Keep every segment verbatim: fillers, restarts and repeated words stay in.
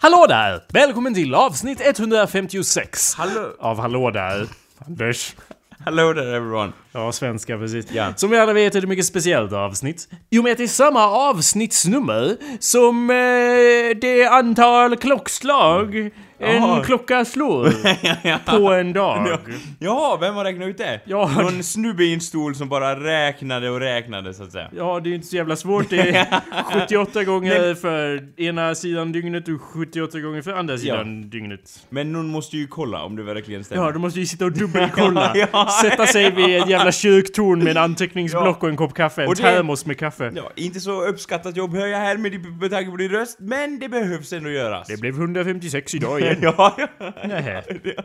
Hallå där! Välkommen till avsnitt etthundrafemtiosex. Hallå. Av Hallå där, Anders. Hello there everyone. Ja, svenska precis. Ja. Som vi alla vet är det ett mycket speciellt avsnitt. I och med att det är samma avsnittsnummer som eh, det antal klockslag en Jaha. klocka slår på en dag. Ja, ja, vem har räknat ut det? Ja. Någon snubbe i en stol som bara räknade och räknade så att säga. Ja, det är inte så jävla svårt. Det är sjuttioåtta gånger för ena sidan dygnet och sjuttioåtta gånger för andra sidan Ja. dygnet. Men någon måste ju kolla om det verkligen stämmer. Ja, du måste ju sitta och dubbelkolla. Ja, ja. Sätta sig vid ett jävla kyrktorn med en anteckningsblock och en kopp kaffe. En Och det- termos med kaffe. Ja, inte så uppskattat jobb hör jag här med, di- med tanke på din röst, men det behövs ändå göras. Det blev hundrafemtiosex idag igen. ja, ja. Nähä.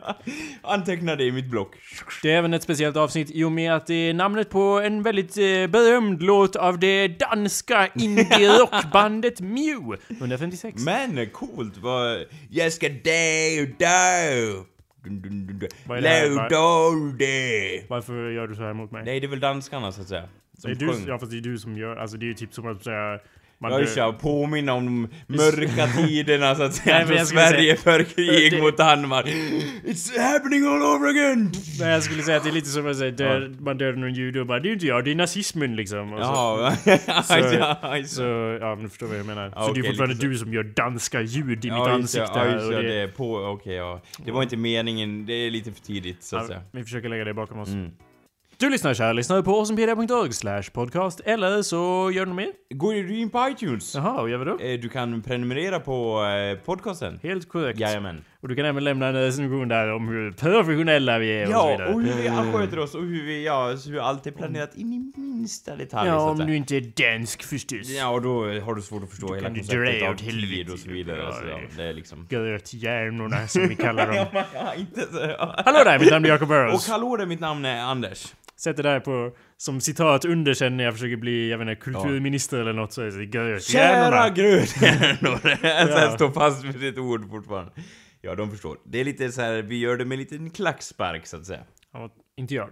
Anteckna det i mitt block. Det är även ett speciellt avsnitt i och med att det är namnet på en väldigt eh, berömd låt av det danska indie-rockbandet Mew. hundrafemtiosex. Men coolt, vad... Jag ska dö, dö. Dun, dun, dun, dun. Vad är det här? Låt då det. Varför gör du så här mot mig? Nej, det är väl danskarna så att säga. det Som är du, sjöng. ja, fast det är du som gör... Alltså det är ju typ som att säga... Man Jag dör- ska påminna om de mörka tiderna så att säga. Nej, men Då jag skulle Sverige för krig Det- mot Danmark. It's happening all over again! Nej, jag skulle säga att det är lite som att säga, dör, man dör någon jude och bara, det är ju inte jag, det är nazismen liksom. Och så, Ja, Så- ja, så, ja, men du förstår vad jag menar. Ja, så det är okej, fortfarande lite så. du som gör danska ljud i ja, mitt just det, ansikte ja, här. just Och det, det, det är på, okej, ja. Det var inte meningen, det är lite för tidigt så att ja, säga. vi försöker lägga det bakom oss. Mm. Du lyssnar, kära lyssnare, på awesomepedia punkt org slash podcast, eller så gör du mer. Går du in på iTunes? Jaha, och gör vi då? Eh, Du kan prenumerera på eh, podcasten. Helt korrekt. Jajamän. Och du kan även lämna en recension där om hur professionella vi är och så Ja, vidare. och hur vi sköter oss och hur vi, ja, så hur allt är planerat in i minsta detalj så Ja, att om säga. du inte är dansk förstås. Ja, och då har du svårt att förstå hela kan du konceptet dra av åt helvete. tid och så vidare. Ja, Så, ja, det- det är liksom... Gröthjärnorna som vi kallar dem. Ja, ja, inte så. Ja. Hallå där, mitt namn är Jacob Och Burrows. hallå där, mitt namn är Anders. Sätt det där på, som citat under sen när jag försöker bli, jag vet inte, kulturminister eller något så är det Kära gröthjärnorna. gröthjärnor. Ja. Jag står fast vid ett ord fortfarande. Ja, de förstår. Det är lite så här, vi gör det med en liten klackspark så att säga. Ja, inte jag.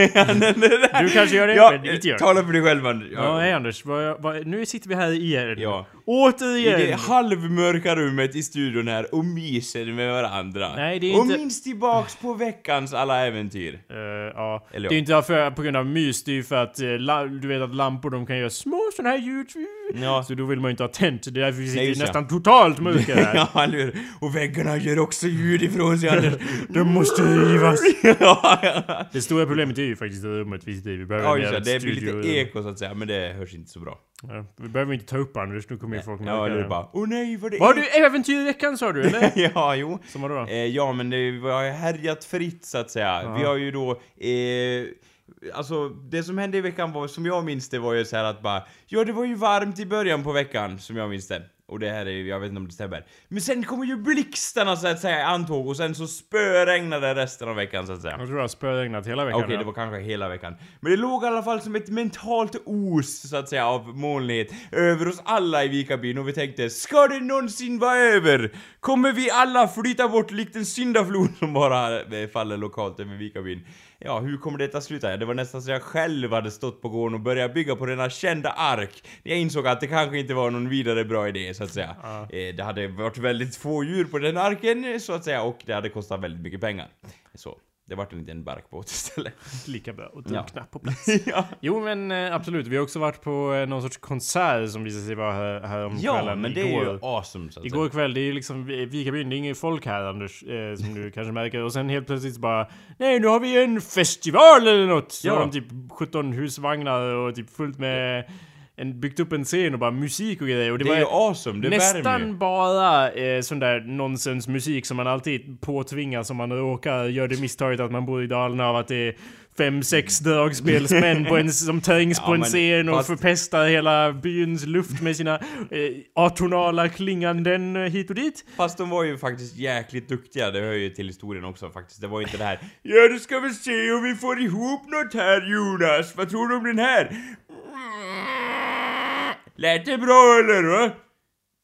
Du Du kanske gör det, ja, men inte jag. Tala för dig själv, Anders. Ja, hej Anders. Vad, vad, nu sitter vi här igen. Ja. I Återigen. det halvmörka rummet i studion här och myser med varandra. Nej, det är och inte- minns tillbaks på veckans alla äventyr. Eh, ja. Eller Det är ja. inte för, på grund av mys, det är ju för att uh, la, du vet att lampor de kan göra små såna här ljud. Ja. Så då vill man ju inte ha tänt. Det är därför vi sitter Nej, just det. nästan totalt mörka här. Ja, eller hur? Och väggarna gör också ljud ifrån sig, Anders. De måste rivas. ja, ja. Det stora problemet är ju faktiskt det rummet vi sitter i. Vi behöver Ja, mer just det. ett Det blir studio. lite eko så att säga, men det hörs inte så bra. Ja, vi behöver inte ta upp Anders, nu kommer ju folk Ja, eller hur? Bara, åh nej, vad det Vad har är... du äventyr i veckan sa du, eller? ja, jo. Som vadå då? Eh, ja, men det har ju härjat fritt så att säga. Ja. Vi har ju då... Eh, alltså, det som hände i veckan var, som jag minns det, var ju så här att bara... Ja, det var ju varmt i början på veckan, som jag minns det. Och det här är, jag vet inte om det stämmer. Men sen kommer ju blixtarna så att säga i antåg och sen så spöregnade resten av veckan så att säga. Jag tror det har spöregnat hela veckan. Okej, ja. det var kanske hela veckan. Men det låg i alla fall som ett mentalt os, så att säga, av molnighet över oss alla i Vikabyn och vi tänkte, ska det någonsin vara över? Kommer vi alla flyta bort likt en syndaflod som bara eh, faller lokalt över Vikabyn? Ja, hur kommer detta sluta? Det var nästan så jag själv hade stått på gården och börjat bygga på denna kända ark. Jag insåg att det kanske inte var någon vidare bra idé, så att säga. Ja. Eh, det hade varit väldigt få djur på den arken, så att säga, och det hade kostat väldigt mycket pengar. Så, det vart en liten barkbåt istället. Lika bra. Och Ja. drunkna på plats. ja. Jo men eh, absolut, vi har också varit på eh, någon sorts konsert som visade sig vara här, här om Ja, kvällen men det igår. är ju awesome så att Igår kväll, det är ju liksom Vikabyn, det är ingen folk här Anders, eh, som du kanske märker. Och sen helt plötsligt bara, nej nu har vi en festival eller något! Så Ja. har de typ sjutton husvagnar och typ fullt med, en, byggt upp en scen och bara musik och grejer. Och det, det, är ju var awesome, det värmer ju. nästan bara eh, sån där nonsensmusik som man alltid påtvingar som man råkar gör det misstaget att man bor i Dalarna av att det är fem, sex dragspelsmän på en, som trängs Ja, på en men scen och fast- förpestar hela byns luft med sina eh, atonala klinganden eh, hit och dit. Fast de var ju faktiskt jäkligt duktiga, det hör ju till historien också faktiskt. Det var ju inte det här, ja du ska väl se om vi får ihop något här Jonas, vad tror du om den här? Lät det bra eller va?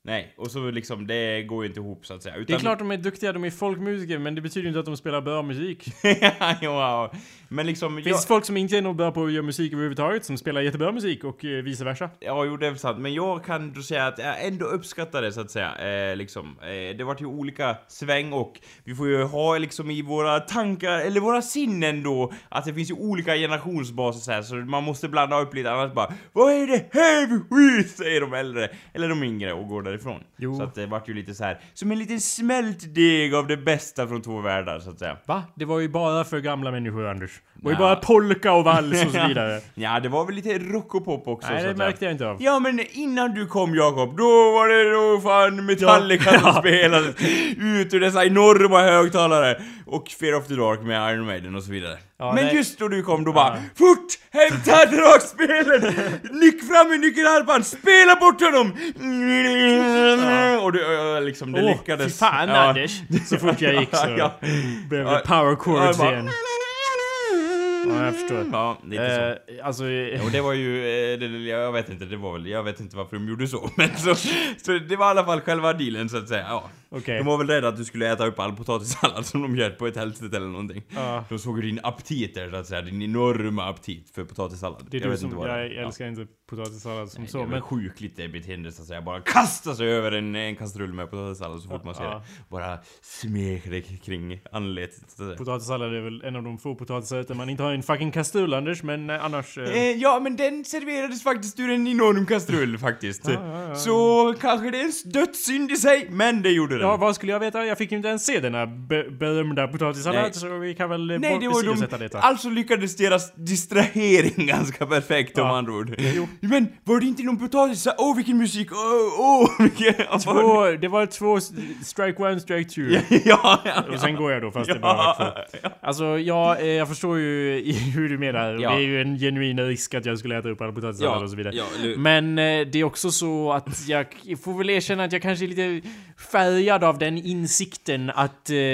Nej, och så liksom, det går ju inte ihop så att säga. Utan... Det är klart de är duktiga, de är folkmusiker, men det betyder inte att de spelar bra musik. Ja, men liksom... Det finns jag... folk som inte är nog bra på att göra musik överhuvudtaget, som spelar jättebra musik och eh, vice versa. Ja, jo, det är sant. Men jag kan då säga att jag ändå uppskattar det så att säga. Eh, liksom, eh, det vart ju olika sväng och vi får ju ha liksom i våra tankar, eller våra sinnen då, att det finns ju olika generationsbaser så här, så man måste blanda upp lite, annars bara, vad är det här för skit, säger de äldre, eller de yngre och går därifrån. Jo. Så att det vart ju lite så här, som en liten smältdeg av det bästa från två världar så att säga. Va? Det var ju bara för gamla människor, Anders. Det var ju bara polka och vals och så vidare. Ja, det var väl lite rock och pop också. Nej, så det att märkte jag inte av. Ja, men innan du kom, Jakob, då var det då fan Metallica ja. som spelade ut ur dessa enorma högtalare. Och Fear of the Dark med Iron Maiden och så vidare. Ja, men nej. Just då du kom, då ja. bara fort, hämta dragspelen! Nyck fram i nyckelharpan, spela bort honom! Ja. Och det, liksom, det oh, lyckades. Fy fan, ja. Anders. Så fort jag gick så ja. blev det power chords ja, igen. Ja, jag förstår. Ja, lite så. Eh, alltså, ja, och det var ju, eh, det, jag vet inte, det var väl, jag vet inte varför de gjorde så, men så, så det var i alla fall själva dealen så att säga, ja. Okay. De var väl rädda att du skulle äta upp all potatissallad som de gör på ett hälstet eller någonting. Ja. De såg din aptit där så att säga, din enorma aptit för potatissallad. Det är jag du vet som, inte vad jag det. älskar ja. inte potatissallad som Nej, så. Det är men sjukligt det beteende så att säga, bara kasta sig över en, en kastrull med potatissallad så fort man ser ja. det. Bara smeker det kring anletet. Potatissallad är väl en av de få potatisar man inte har en fucking kastrull, Anders, men eh, annars... Eh... Eh, ja, men den serverades faktiskt ur en enorm kastrull faktiskt. ja, ja, ja, så kanske det är en dödssynd i sig, men det gjorde den. Ja, vad skulle jag veta? Jag fick ju inte ens se den här be- berömda potatissallad, så vi kan väl Nej, det var de, det. Alltså lyckades deras distrahering ganska perfekt, ja. om andra ord. Jo. Men var det inte någon potatis? Åh, oh, vilken musik! Åh, oh, oh, vilken... Två, det var två strike one, strike two. ja, ja, ja. Och sen går jag då, fast ja, det bara var två. Ja. Alltså, ja, jag förstår ju hur du menar. Ja. Det är ju en genuin risk att jag skulle äta upp alla potatissallad ja. och så vidare. Ja, men eh, det är också så att jag får väl erkänna att jag kanske är lite färgad av den insikten att... Eh,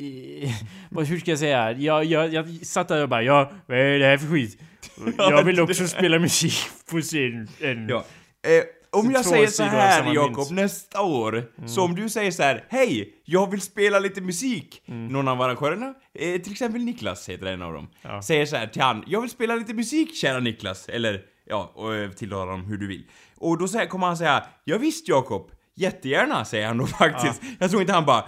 hur ska jag säga? Jag, jag, jag satt där och bara, ja, vad är det här för skit? Jag vill också spela musik på scen. En, ja. eh, om jag säger så här, Jakob, nästa år, mm. så om du säger så här, hej, jag vill spela lite musik. Mm. Någon av arrangörerna, eh, till exempel Niklas heter en av dem, ja. säger så här till han, jag vill spela lite musik, kära Niklas. Eller, ja, och till honom hur du vill. Och då säger, kommer han säga, ja visst Jakob, jättegärna, säger han då faktiskt. Ja. Jag tror inte han bara,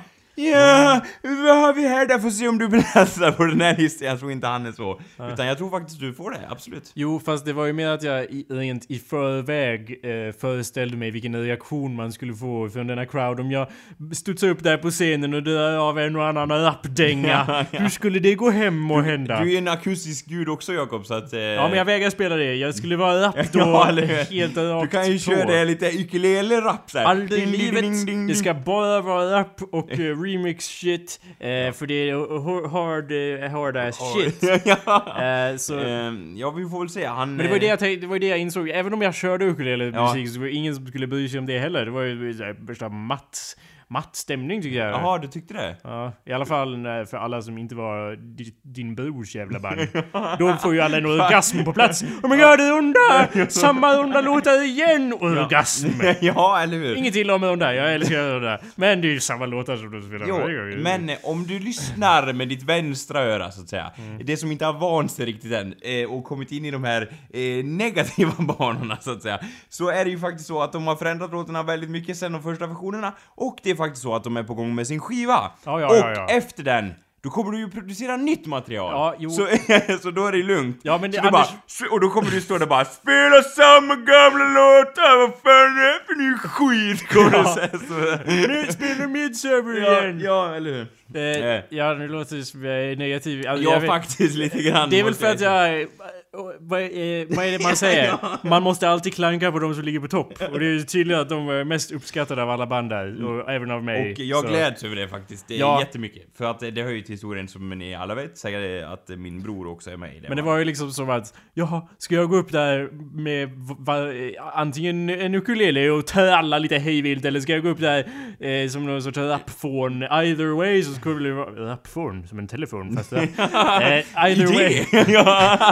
ja, vad har vi här där för att se om du berättar på den här listan. Jag tror inte han är så. Ja. Utan jag tror faktiskt du får det, absolut. Jo, fast det var ju mer att jag i, rent i förväg eh, föreställde mig vilken reaktion man skulle få från denna crowd. Om jag studsade upp där på scenen och drar av en och annan rappdänga. Ja, ja. Hur skulle det gå hem och hända? Du, du är en akustisk gud också, Jakob, så att... Eh... Ja, men jag vägrar spela det. Jag skulle vara rapp då. Ja, helt rakt. Du kan ju på. köra det lite ukulele-rapp där. Aldrig i livet. Ding, ding, ding. Det ska bara vara rapp och... remix shit, eh, ja. för det är hard, hard ass shit. ja. eh, så, eh, ja, vi får väl se. Han, men det var det jag tänkte, det var det jag insåg. Även om jag körde ukulele ja. musik så var det ingen som skulle bry sig om det heller. Det var ju såhär värsta matt matt stämning tycker jag. Jaha, du tyckte det? Ja, i alla fall för alla som inte var din brors jävla band. Då får ju alla en orgasm på plats. Oh my god, det undrar! Samma undrar låtar igen! Orgasm! Ja, eller hur? Inget till om undrar, jag älskar undrar. Men det är ju samma låtar som du spelar. Jo, men om du lyssnar med ditt vänstra öra så att säga, mm. det som inte har vant sig riktigt än eh, och kommit in i de här eh, negativa banorna så att säga, så är det ju faktiskt så att de har förändrat låtarna väldigt mycket sen de första versionerna, och det är faktiskt så att de är på gång med sin skiva. Ja, ja, och ja, ja. efter den då kommer du ju producera nytt material. Ja, jo. Så, så då är det lugnt. Ja, men det, så Anders... bara, och då kommer du stå där bara, spela samma gamla låtar, vad fan är det för ny skit? Kommer ja. du säga så. Nu spelar Midsommar ja, igen. Ja, eller hur? Eh, ja, nu låter det som jag är negativ. Alltså, ja, jag faktiskt vet, lite grann. Det är väl för att jag... Vad är, vad är det man säger? ja, ja. Man måste alltid klanka på de som ligger på topp. Och det är tydligt att de är mest uppskattade av alla band där. Och mm. även av mig. Och jag så. gläds över det faktiskt. Det är ja. jättemycket. För att det hör ju till historien som ni alla vet. Säger att min bror också är med i det. Men det var ju liksom som att, ja, ska jag gå upp där med va, antingen en ukulele och tölla lite hejvilt, eller ska jag gå upp där eh, som någon sorts rappfon? Either way så skulle det vara rappfon som en telefon fast eh, either way. ja. oh.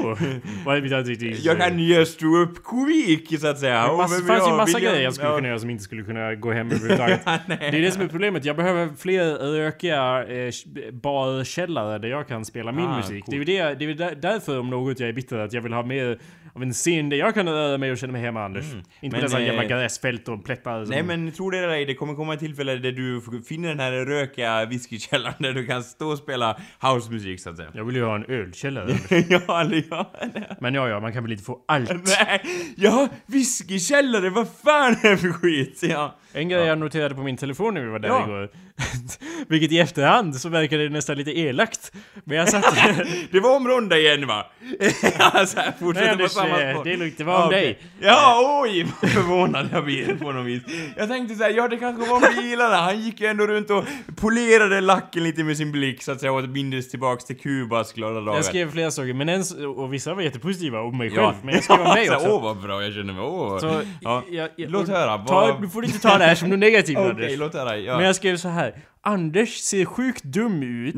Vadå? Vad är mitt ansikte? Jag kan ju stå upp komik så att säga. Det Massa, fanns ju massa William, grejer jag skulle ja. kunna göra som inte skulle kunna gå hem överhuvudtaget. Det är det som är problemet. Jag behöver fler rökiga eh, barkällare där jag kan spela min Ah, musik. cool. Det är ju det, det är där, därför om något jag är bitter att jag vill ha mer av en scen där jag kan röra mig och känna mig hemma, Anders. Mm. Inte Men, på dessa eh, jävla gräsfält och plättar. Nej men tror det eller ej, det kommer komma ett tillfälle där du finner den här rökiga whiskykällaren där du kan stå och spela housemusik så att säga. Jag vill ju ha en ölkällare. Ja, eller ja. Men ja, ja, man kan väl inte få allt. Nej, ja, whiskykällare, vad fan är det för skit? Ja. En grej jag noterade på min telefon när vi var där Ja. igår. Vilket i efterhand så verkar det nästan lite elakt. Men jag satt... Det var om Ronda igen va? Alltså, Nej fortsätter på Anders, samma eh, spår. det är lugnt, det var om okej. dig. Ja, oj, vad förvånad jag blir på något vis. Jag tänkte såhär, ja det kanske var om bilarna. Han gick ju ändå runt och polerade lacken lite med sin blick så att säga och mindes tillbaks till Kubas glada dagar. Jag skrev flera saker, men en, och vissa var jättepositiva om mig själv. Ja. Men jag skrev om mig Så, också. åh vad bra, jag känner mig, åh. Så, ja. jag, jag, Låt höra, ta, vad... Du får inte ta det här som något negativt, Okej, Anders. låt höra, ja. Men jag skrev så här. Anders ser sjukt dum ut.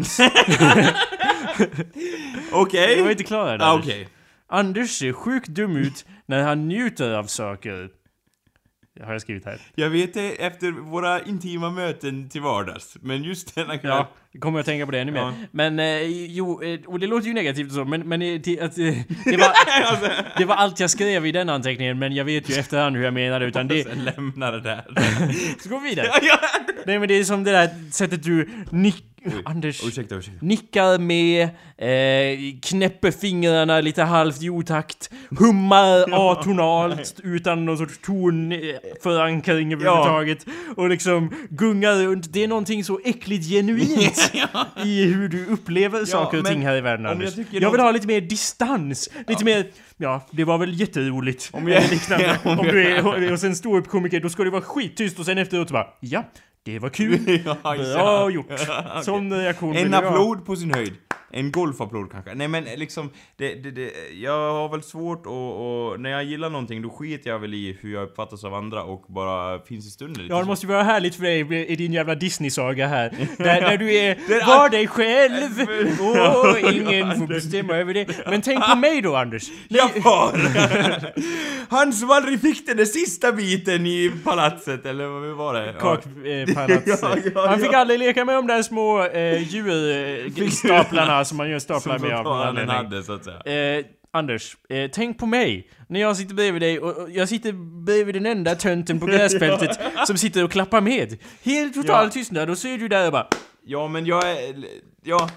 Okej. Jag var inte klar där. Ah, Anders. okej. Anders ser sjukt dum ut när han njuter av saker. Det har jag skrivit här. Jag vet det efter våra intima möten till vardags, men just denna kväll... Ja, kommer jag att tänka på det ännu mer. Ja. Men eh, jo, eh, och det låter ju negativt och så, men, men eh, det, att, eh, det, var, det var allt jag skrev i den anteckningen, men jag vet ju efterhand hur jag menade, utan det... Sen lämnar det där. Så går vi vidare. Ja. Nej men det är som det där sättet du nick... Oj, Anders Ursäkta, ursäkta. nickar med, eh, knäpper fingrarna lite halvt i otakt, hummar atonalt utan någon sorts tonförankring överhuvudtaget och liksom gungar runt. Det är någonting så äckligt genuint i hur du upplever saker och men ting här i världen, om Anders. jag Jag, tycker vill något- ha lite mer distans, lite mer, ja, det var väl jätteroligt. Om jag- eller liknande. Ja, om om jag- du är och sen stå upp komiker, då ska det vara skittyst och sen efteråt så bara, ja, det var kul. Ja, Bra ja. gjort. Okej. Sån reaktion vill En jag ha. applåd på sin höjd. En golfapplåd kanske. Nej men liksom, det, det, det, jag har väl svårt och, och när jag gillar någonting då skiter jag väl i hur jag uppfattas av andra och bara finns i stunden lite. Ja, det så. måste ju vara härligt för dig i din jävla Disney-saga här. Där, där du är, Det är var all- dig själv! Åh, ingen får bestämma över det. Men tänk på mig då, Anders. Jag far! Han som aldrig fick den där sista biten i palatset, eller vad var det? Ja. Kakpalats. Ja, ja, Han fick ja. aldrig leka med de där små eh, djurstaplarna som man gör staplar med av någon han anledning. hade så att säga. Eh, Anders, eh, tänk på mig. När jag sitter bredvid dig och, och jag sitter bredvid den enda tönten på gräsfältet som sitter och klappar med. Helt total Ja. tystnad och så är du där och bara... Ja men jag är... Ja,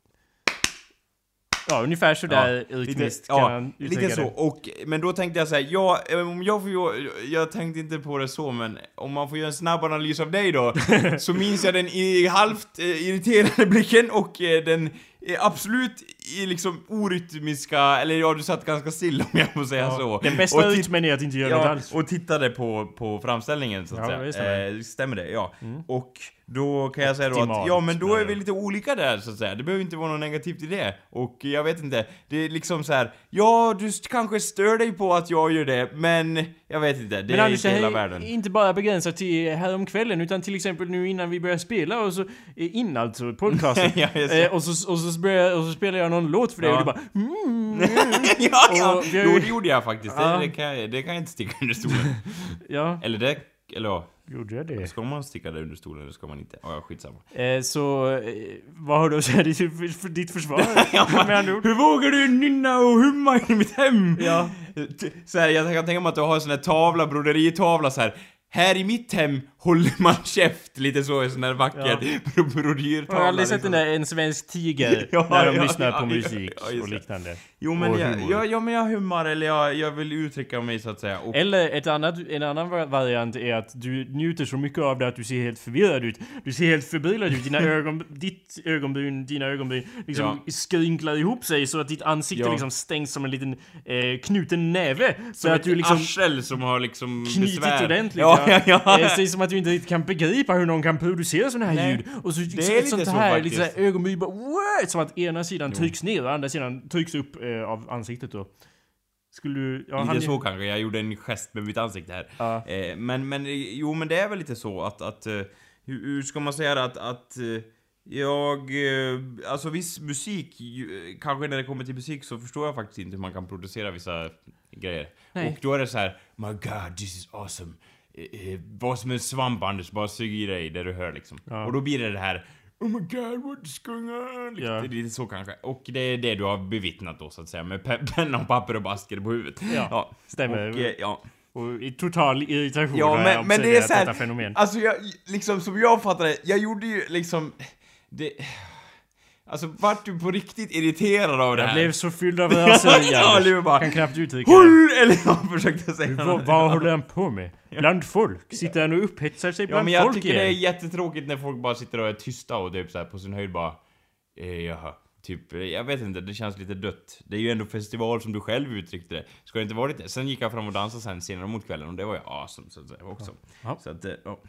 Ja, ungefär sådär Ja, rytmiskt lite, kan ja, man uttrycka lite så. det. Och, men då tänkte jag säga, ja, om jag får ju, jag tänkte inte på det så, men om man får göra en snabb analys av dig då, så minns jag den i halvt eh, irriterande blicken och eh, den eh, absolut i liksom orytmiska, eller ja, du satt ganska still om jag får säga Ja, så. den bästa Och tit- rytmen är att inte göra något Ja, alls. och tittade på, på framställningen så att Ja, säga. det stämmer. Eh, stämmer det, ja. Mm. Och då kan jag säga då att, Optimalt, ja men då är menar vi jag. lite olika där så att säga. Det behöver inte vara något negativt i det. Och jag vet inte, det är liksom så här. Ja, du st- kanske stör dig på att jag gör det, men jag vet inte, det Men är Anders, inte det hela här är världen. inte bara begränsat till häromkvällen utan till exempel nu innan vi börjar spela och så, eh, in alltså podcasten. Ja, just det. eh, och, så, och, så börjar, och så spelar jag någon låt för dig Ja. och du bara mm, ja, ja, Och vi har jo ju- det gjorde jag faktiskt. Ja. Det, det, kan jag, det kan jag inte sticka under stolen. ja, Eller det, eller ja. gjorde jag det? Ska man sticka det under stolen eller ska man inte? Ja, skitsamma. Eh, så, eh, vad har du att säga till för, för ditt försvar? Med andra ord. Hur vågar du nynna och humma i mitt hem? Ja. T- Så här, jag kan tänka mig att du har en sån här tavla, broderitavla så här. Här i mitt hem håller man käft, lite så, en sån där vacker ja. brodertavla. Jag har aldrig sett liksom. den där En svensk tiger Ja, när de ja, lyssnar ja, på ja, musik ja, just och det. liknande. Jo men och jag, humor. jag, ja, men jag hummar eller jag, jag vill uttrycka mig så att säga. Och, Eller ett annat, en annan va- variant är att du njuter så mycket av det att du ser helt förvirrad ut. Du ser helt förbryllad ut. Dina ögon, ditt ögonbryn, dina ögonbryn liksom skrynklar ihop sig så att ditt ansikte Ja. liksom stängs som en liten eh, knuten näve. Så som att ett du liksom arsel som har liksom knutit besvär. ordentligt. Ja, ja, ja. Eh, sägs som att du inte riktigt kan begripa hur någon kan producera sådana här Nej. ljud. Och så, Det så, är ett lite sånt så här faktiskt. liksom, så här ögonbryn bara what? Som att ena sidan trycks ner och andra sidan trycks upp eh, av ansiktet då. Skulle du... Ja, Lite han- så kanske, jag gjorde en gest med mitt ansikte här. Ja. Eh, men, men, eh, jo men det är väl lite så att, att eh, hur, hur ska man säga det, att, att eh, Jag, eh, alltså viss musik, ju, kanske när det kommer till musik så förstår jag faktiskt inte hur man kan producera vissa grejer. Nej. Och då är det så här: my god, this is awesome. Eh, eh, var som en svamp, Anders, bara sug i dig det du hör liksom. Ja. Och då blir det det här: oh my god, what's going on? Liksom. Ja. Det är lite så kanske. Och det är det du har bevittnat då så att säga, med pe- penna och papper och basker på huvudet. Ja, stämmer. Och, eh, ja. Och i total irritation Ja, har jag men, men det är så här, detta fenomen. alltså jag, liksom som jag fattar det, jag gjorde ju liksom, det, alltså vart du på riktigt irriterad av det här? Jag blev så fylld av raseri. Ja, det var bara, kan knappt uttrycka Håll! Eller jag försökte säga det. något. Vad, vad håller han på med? Bland folk? Sitter han och upphetsar sig Ja, bland men jag folk tycker det är igen? jättetråkigt när folk bara sitter och är tysta och typ så här på sin höjd bara, eh, jaha. Typ, jag vet inte, det känns lite dött. Det är ju ändå festival som du själv uttryckte det. Ska det inte vara lite? Sen gick jag fram och dansade sen senare mot kvällen och det var ju awesome så att säga också. Ja. Så att, ja.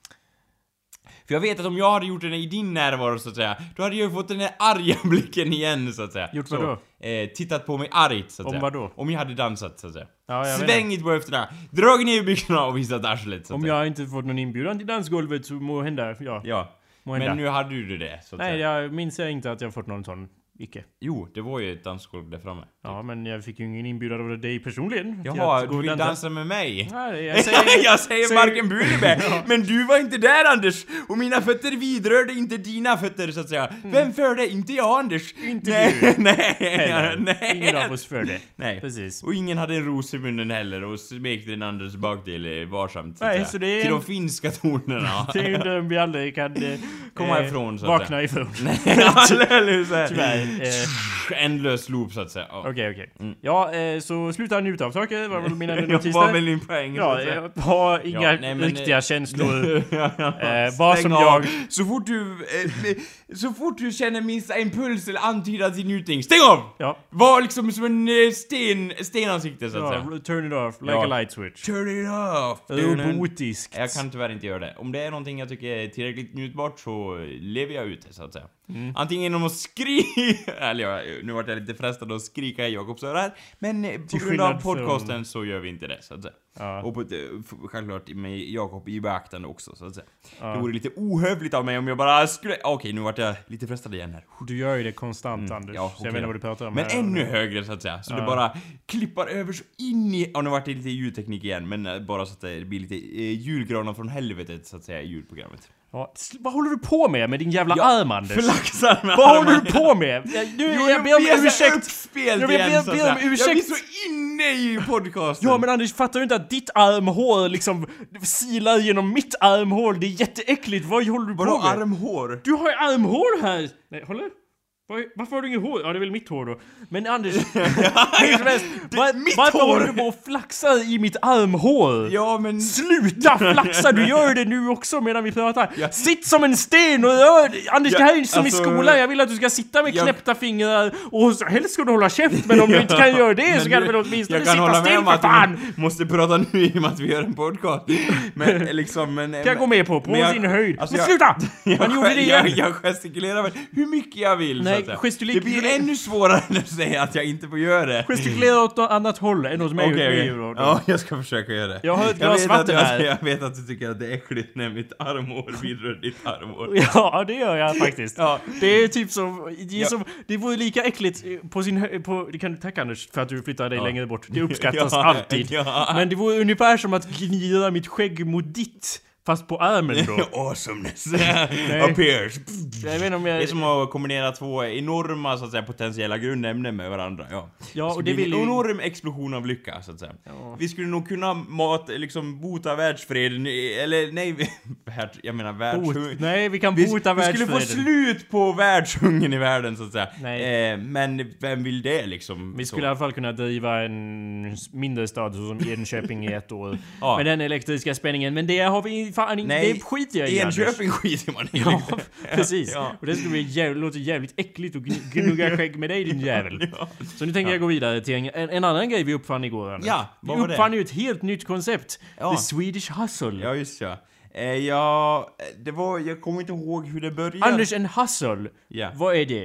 För jag vet att om jag hade gjort den i din närvaro så att säga, då hade jag ju fått den här arga blicken igen så att säga. Gjort så, vad då? Eh, tittat på mig argt så att Om säga. vad då? Om jag hade dansat så att säga. Ja, jag Svängit på höfterna, dragit ner byxorna och visat arslet så att Om säga. jag inte fått någon inbjudan till dansgolvet så må hända, ja. Ja. Må hända. Men nu hade du det så att Nej, säga. jag minns inte att jag fått någon sån. Icke. Jo, det var ju ett dansgolv där framme. Ja, men jag fick ju ingen inbjudan av dig personligen. till Jaha, att gå du och vill dansa med mig? Nej, jag säger... jag säger säger- varken bu eller bä. Men du var inte där, Anders. Och mina fötter vidrörde inte dina fötter så att säga. Vem för det? Inte jag, Anders. Inte nej, du. nej, Heller. nej. Ingen av oss för det. Nej. Precis. Och ingen hade en ros i munnen heller och smekte den Anders bakdel eh, varsamt så att Nej, säga. så det är Till en- de finska tonerna. Det är ju en dröm vi aldrig kan eh, Komma eh, ifrån, så att vakna ifrån. Eller hur så här. Tyvärr. Eh, Ändlös loop så att säga. Ja. Okej, okej. Ja, eh, så sluta njuta av saker, var väl mina Jag notiser. var väl min poäng så Ja, att säga. jag har inga Ja, nej, men, riktiga eh, känslor. Ja, ja. Eh, vad Stäng som av. jag... Så fort du eh, så fort du känner minsta impuls eller antyda till njutning, stäng av! Ja, Var liksom som en eh, sten, stenansikte så att säga. ja, turn it off, like Ja. a light switch. Turn it off! Robotiskt. Jag kan tyvärr inte göra det. Om det är någonting jag tycker är tillräckligt njutbart så lever jag ut det så att säga. Mm. Antingen genom att skrika, eller ja, nu vart jag lite frestad att skrika i Jakobs öra här, men eh, på Till grund av skillnad från- podcasten så gör vi inte det så att säga. Ja. Och på, ett, eh, f- självklart med Jakob i beaktande också så att säga. Ja. Det vore lite ohövligt av mig om jag bara skulle... Okej, nu vart jag lite frestad igen här. Du gör ju det konstant, Mm, Anders. ja, så okej jag vet inte då. vad du pratar om. Men här. ännu högre så att säga. Så Ja. det bara klippar över så in i... Ja, nu vart det lite ljudteknik igen, men eh, bara så att det blir lite eh, julgranar från helvetet så att säga i julprogrammet. Ja, sl- vad håller du på med med din jävla Ja, arm, Anders? Flaxar med Vad håller armarna. du på med? Jag, nu, Jo, jag ber om blir så ursäkt. uppspelt Jag ber- igen, ber- så att ber om säga. ursäkt. Jag blir så inne i podcasten. Ja, men Anders, fattar du inte att ditt armhål liksom silar genom mitt armhål? Det är jätteäckligt. Vad håller du Vadå på med? armhår? Du har ju armhål här! Nej, håller? Var- Varför har du inget hår? Ja, det är väl mitt hår då. Men Anders, hur som helst, var, mitt varför hår! håller du på och flaxar i mitt armhål? Ja, men... Sluta flaxa! Du gör det nu också medan vi pratar. Ja. Sitt som en sten och rör dig. Anders, Ja, det här är som alltså- i skolan. Jag vill att du ska sitta med Jag- knäppta fingrar och så, helst ska du hålla käft. Men om du inte kan göra det så Men kan du du- väl åtminstone jag kan sitta hålla med still om för att fan! du måste prata nu i och med att vi gör en podcast. Men liksom... Men, Kan jag gå med på, på men jag- sin höjd. alltså Men jag- sluta! Jag, Man gjorde det igen. jag, jag gestikulerar väl hur mycket jag vill Nej, så att säga. gestikuler- Det blir ännu svårare när du säger att jag inte får göra det. Gestikulera åt något annat håll än hos mig. Okej, mig okej. då, då. Ja, jag ska försöka göra det. Jag har ett glas vet vatten att, här. jag, jag vet att du tycker att det är äckligt när mitt armhår vidrör ditt armhår. Ja, det gör jag faktiskt. Ja. Det är typ som, det är Ja. som, det vore lika äckligt på sin hö- på, det kan du tacka Anders för att du flyttar dig Ja. längre bort. Det uppskattas Ja, alltid. ja. Men det vore ungefär som att gnida mitt skägg mot ditt, fast på armen då. Awesomeness appears. Jag vet inte om Det är jag... som att kombinera två enorma så att säga potentiella grundämnen med varandra. Ja, Ja, och Så det blir vill en ju... enorm explosion av lycka så att säga. Ja. Vi skulle nog kunna mat, liksom bota världsfreden, i- eller nej, vi- värld, jag menar Bot. världshungern. Nej, vi kan Vi, bota vi skulle få världsfreden. slut på världshungern i världen så att säga. Nej. Eh, men vem vill det liksom? Vi så? skulle i alla fall kunna driva en mindre stad som Enköping i ett år. Ja. Med den elektriska spänningen. Men det har vi fan inte... Nej, Det skiter jag i, Anders. Enköping skiter man i. Ja, precis. Ja. Och det skulle bli jävligt, låter jävligt äckligt att gn- gnugga skägg med dig, din jävel. Ja. Så nu tänker jag gå vidare till en, en, en annan grej vi uppfann igår, Anders. Ja, vad vi var det? uppfann ju ett helt nytt koncept. Ja. The Swedish Hustle. Ja, just ja. Eh, ja, det var, jag kommer inte ihåg hur det började. Anders, en hustle. Ja. Vad är det?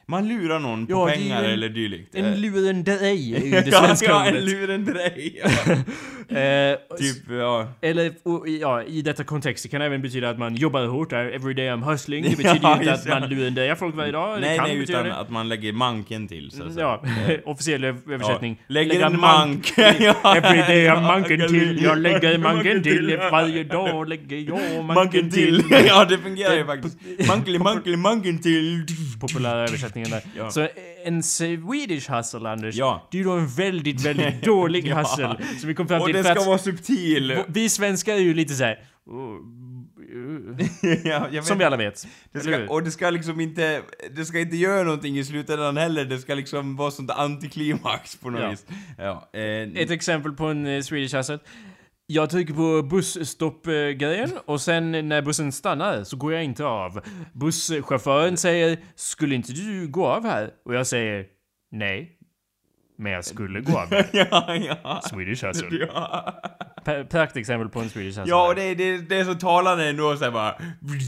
Man lurar någon på Ja, det är pengar en- eller dylikt. En Eh, lurendrej är ju det ja, svenska ja, en ordet. lurendrej. Ja. Eh, Typ, ja. Eller och, ja, i detta kontext det kan även betyda att man jobbar hårt där, every day I'm hustling. Det betyder Ja, ju inte just att man det. lurendejar folk varje dag. Nej, det kan nej, betyda utan det. att man lägger manken till, så att säga. Ja, officiell översättning. Ja. Lägger Lägga en mank. Ja, Every day ja, I'm manken ja, till. Jag lägger manken manken till. till, ja. Varje dag lägger jag manken Manken till. till. Ja, det fungerar ju faktiskt. Mankeli, mankeli, manken till. Populära översättningen där. Ja. Så en Swedish hustle, Anders. Ja. Det är ju då en väldigt, väldigt dålig Ja. hustle. Som vi kom fram Och till. det för ska att vara subtil. vi svenskar är ju lite såhär... Ja, jag vet. Som vi alla vet. Det Eller ska, hur? och det ska liksom inte, det ska inte göra någonting i slutändan heller, det ska liksom vara sånt antiklimax på något Ja. vis. Ja, eh, Ett exempel på en eh, Swedish hustle. Jag trycker på busstopp-grejen och sen när bussen stannar så går jag inte av. Busschauffören säger "Skulle inte du gå av här?" Och jag säger "Nej, men jag skulle gå av här." ja, ja. Swedish hustle. Ja, P- Praktexempel på en Swedish hustle. ja och det, det, det är så talande ändå såhär bara...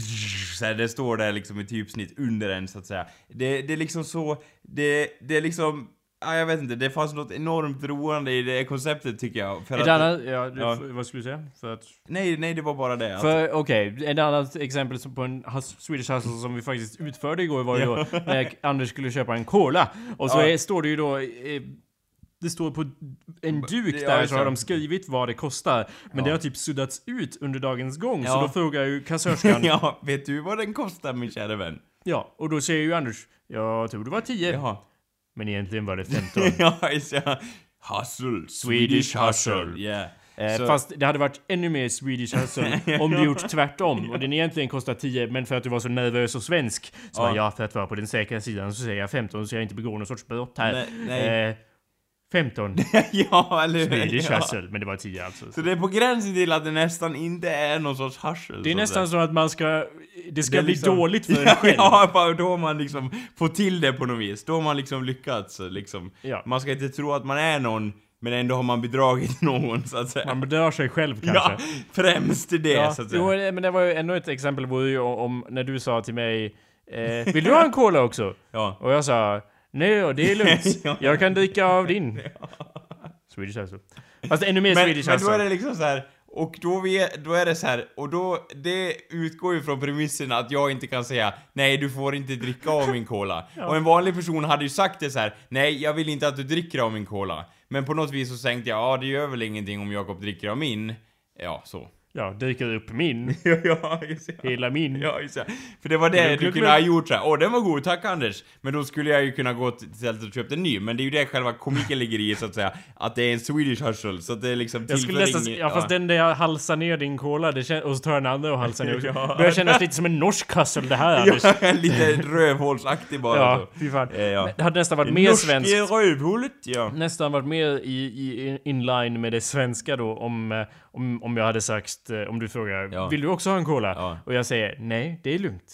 Så här, det står där liksom i typsnitt under en så att säga. Det, det är liksom så... Det, det är liksom... Ja, jag vet inte, det fanns något enormt roande i det konceptet tycker jag. För Ett att, annat, ja, det, Ja. vad skulle du säga? För att... Nej, nej, det var bara det. Att, För okej, ett annat exempel som på en hus- Swedish hustle som vi faktiskt utförde igår var ju då när Anders skulle köpa en cola. Och så Ja. är, står det ju då... Eh, det står på en duk Ja, där just så har det. de skrivit vad det kostar. Men Ja. det har typ suddats ut under dagens gång. Så Ja. då frågar ju kassörskan. ja. ja, vet du vad den kostar min kära vän? Och då säger ju Anders. Jag tror det var tio. Jaha. Men egentligen var det femton. ja, just ja. Hustle. Swedish hustle. Yeah. Eh, Så- Fast det hade varit ännu mer Swedish hustle om du gjort tvärtom. Och den egentligen kostar tio, men för att du var så nervös och svensk. Så Ja. ja. ja, för att vara på den säkra sidan så säger jag femton så jag inte begår någon sorts brott här. Nej, nej. Eh, femton ja, eller hur? Swedish Ja. hustle, men det var tio alltså. Så det är på gränsen till att det nästan inte är någon sorts hustle. Det är så nästan att så att man ska... Det ska Det är bli liksom- dåligt för en själv. ja, bara då har man liksom fått till det på något vis. Då har man liksom lyckats liksom. Ja. Man ska inte tro att man är någon, men ändå har man bedragit någon så att säga. Man bedör sig själv kanske. ja, främst det Ja, så att säga. jo, men det var ju ändå ett exempel på ju om när du sa till mig eh, vill du ha en cola också? Ja. Och jag sa nej, det är lugnt. Ja. Jag kan dricka av din. Swedish hustle. Fast ännu mer Men, Swedish men då hustle. är det liksom så här. Och då, vi, då är det så här, och då, det utgår ju från premissen att jag inte kan säga nej, du får inte dricka av min cola. Ja. Och en vanlig person hade ju sagt det så här: nej, jag vill inte att du dricker av min cola. Men på något vis så tänkte jag, ja, det gör väl ingenting om Jakob dricker av min. Ja, så. Ja, dricker upp min. ja, ja, just det. Hela min. Ja, just det. För det var det Glögg, du glögg, kunde glögg. ha gjort så här. Åh, den var god, tack Anders. Men då skulle jag ju kunna gå till stället och köpt en ny. Men det är ju det själva komiken ligger i, så att säga. Att det är en Swedish hustle, så att det är liksom Jag skulle tillför nästan... ingen- Ja, fast den där jag halsar ner din cola det kän- och så tar jag den andra och halsar ner också. Ja. Börjar kännas lite som en norsk hustle det här, Anders. Ja, lite rövhålsaktig bara. Ja, så. fy fan. Eh, ja. Men det hade nästan varit mer svenskt. Norske rövhålet, ja. Nästan varit mer i, i inline med det svenska då om, eh, om, om jag hade sagt, eh, om du frågar Ja. vill du också ha en cola? Ja. Och jag säger nej, det är lugnt.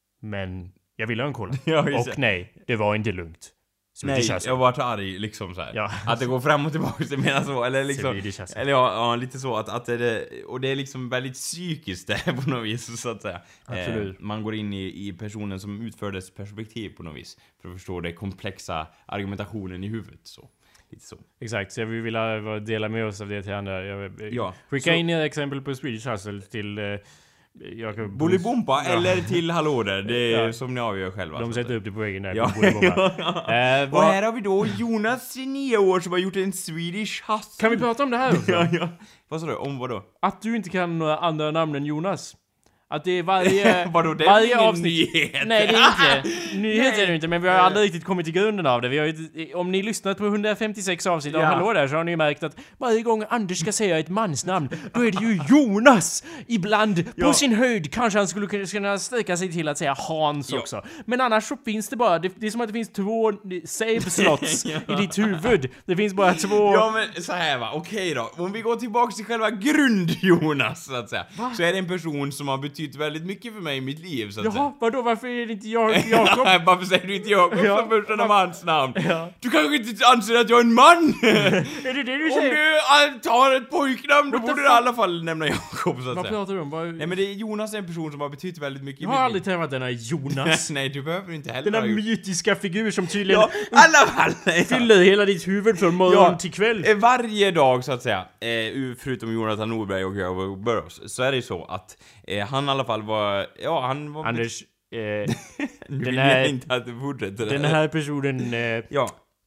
Men jag vill ha en cola. Ja, just och det. nej, det var inte lugnt. Nej, Swedish hustle. jag vart arg liksom så här. Ja. Att det går fram och tillbaka, jag menar så. Eller liksom... Swedish hustle. Eller ja, ja, lite så att, att det, och det är liksom väldigt psykiskt det på något vis, så att säga. Absolut. Eh, man går in i, i personen som utfördes perspektiv på något vis. För att förstå det komplexa argumentationen i huvudet, så. Lite så. Exakt, så jag vill vilja dela med oss av det till andra. Jag, Ja, skicka så- in era exempel på Swedish hustle till... Eh, Jakob Bolibompa Ja. eller till hallå där, det är Ja. som ni avgör själva. De så att sätter säga. upp det på väggen där. Ja. på Bolibompa. eh, Och vad, här har vi då Jonas, nio år, som har gjort en Swedish hustle. kan vi prata om det här också? Ja, ja. Vad sa du? Om vad då? Att du inte kan några andra namn än Jonas. Att det är varje... Vadå, det är varje ingen avsnitt... nyhet? Nej, det är inte. Nyhet är det inte, men vi har Nej. aldrig riktigt kommit till grunden av det. Vi har ju, om ni lyssnat på hundrafemtiosex avsnitt av Ja. Hallå där så har ni ju märkt att varje gång Anders ska säga ett mansnamn, då är det ju Jonas! Ibland, Ja. på sin höjd, kanske han skulle kunna sträcka sig till att säga Hans Ja. också. Men annars så finns det bara, det, det är som att det finns två save slots Ja. i ditt huvud. Det finns bara två... Ja men så här va, okej då. Om vi går tillbaka till själva grund Jonas så att säga. Så är det en person som har betytt betytt väldigt mycket för mig i mitt liv, så att Jaha, säga. vadå? Varför är det inte jag, Jakob? Varför säger du inte Jakob Ja. som första namn mans namn? Ja. Du kanske inte anser att jag är en man? Är det det du Om säger? du all- tar ett pojknamn, då What the borde du i fuck? alla fall nämna Jakob, så att Vad säga. pratar du om? Vad... Nej, men det är Jonas är en person som har betytt väldigt mycket i Jag mitt har liv. aldrig träffat denna Jonas. Nej, du behöver inte heller Denna ha gjort. mytiska figur som tydligen Ja, i alla fall! Ja. fyller hela ditt huvud från morgon Ja. till kväll. Eh, Varje dag, så att säga, eh, förutom Jonathan Norberg och jag och Burroughs, så är det ju så att eh, han i alla fall var, ja, han var... Anders, eh, Nu den vill här- jag inte att du fortsätter. den här personen, eh, Ja.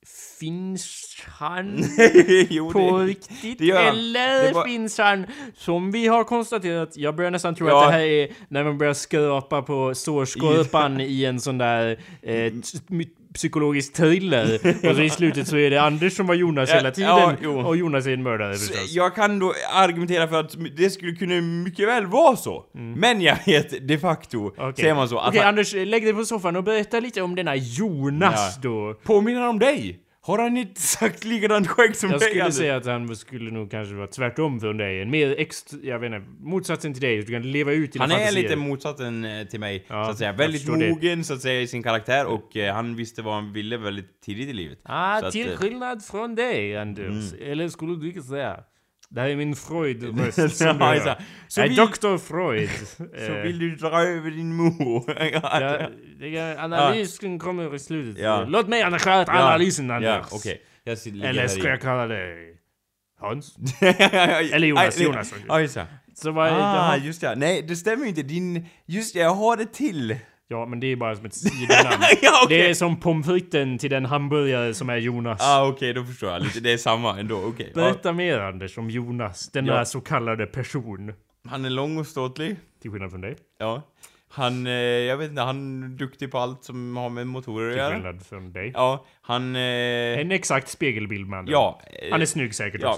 finns han Jo, på det... riktigt? det gör han. Eller Det var- finns han, som vi har konstaterat, jag börjar nästan tro Ja. att det här är när man börjar skrapa på sårskorpan i en sån där eh, t- my- psykologisk thriller. Och så i slutet så är det Anders som var Jonas Ja, hela tiden, ja, jo. och Jonas är en mördare Så förstås. jag kan då argumentera för att det skulle kunna mycket väl vara så. Men jag vet de facto, Okej. säger man så, att Okej, han Anders, lägg dig på soffan och berätta lite om denna Jonas Ja. då. påminner om dig. Har han inte sagt likadant skägg som Jag dig, skulle Anders? säga att han skulle nog kanske vara tvärtom från dig. En mer extra, jag vet inte, motsatsen till dig. Du kan leva ut dina Han är fantasier. lite motsatsen eh, till mig, Ja, så att säga. jag Väldigt förstår det. mogen, så att säga, i sin karaktär, och eh, han visste vad han ville väldigt tidigt i livet. Ah, Så att, till eh, skillnad från dig, Anders. Eller skulle du inte säga? Det här är min Freud-röst Ja, som du hör. så- så Nej, vill- doktor Freud. Så Eh, vill du dra över din mor. ja, det är, analysen kommer i slutet. Ja. Låt mig arrangera analysen, Anders. Ja, okej. Jag sitter- ligger Eller här ska i. jag kalla dig Hans? Eller Jonas, Aj, Jonas. Ja, just det. Så vad är Ah, det? just det. Nej, det stämmer ju inte. Din... Just det, jag har det till. Ja, men det är bara som ett sidenamn. Ja, okej. Det är som pommes fritesen till den hamburgare som är Jonas. Ah, okej, då förstår jag lite. Det är samma ändå, okej. Ja. Berätta mer, Anders, om Jonas, denna Ja. så kallade person. Han är lång och ståtlig. Till skillnad från dig. Ja. Han, eh, jag vet inte, han är duktig på allt som har med motorer att Till göra. skillnad från dig. Ja, han... Eh, En exakt spegelbild man. ja. eh, Han är snygg säkert ja. också.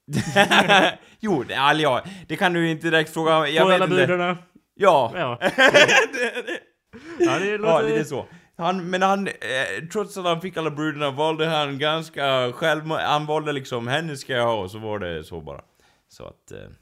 Jo, det, alltså, ja, det kan du inte direkt fråga. Jag Får vet alla inte. brudarna? Ja. Ja. det, det. Ja, det Ja, låter... lite så. Han, men han, eh, trots att han fick alla brudarna, valde han ganska själv, han valde liksom, henne ska jag ha, och så var det så bara. Så att, eh,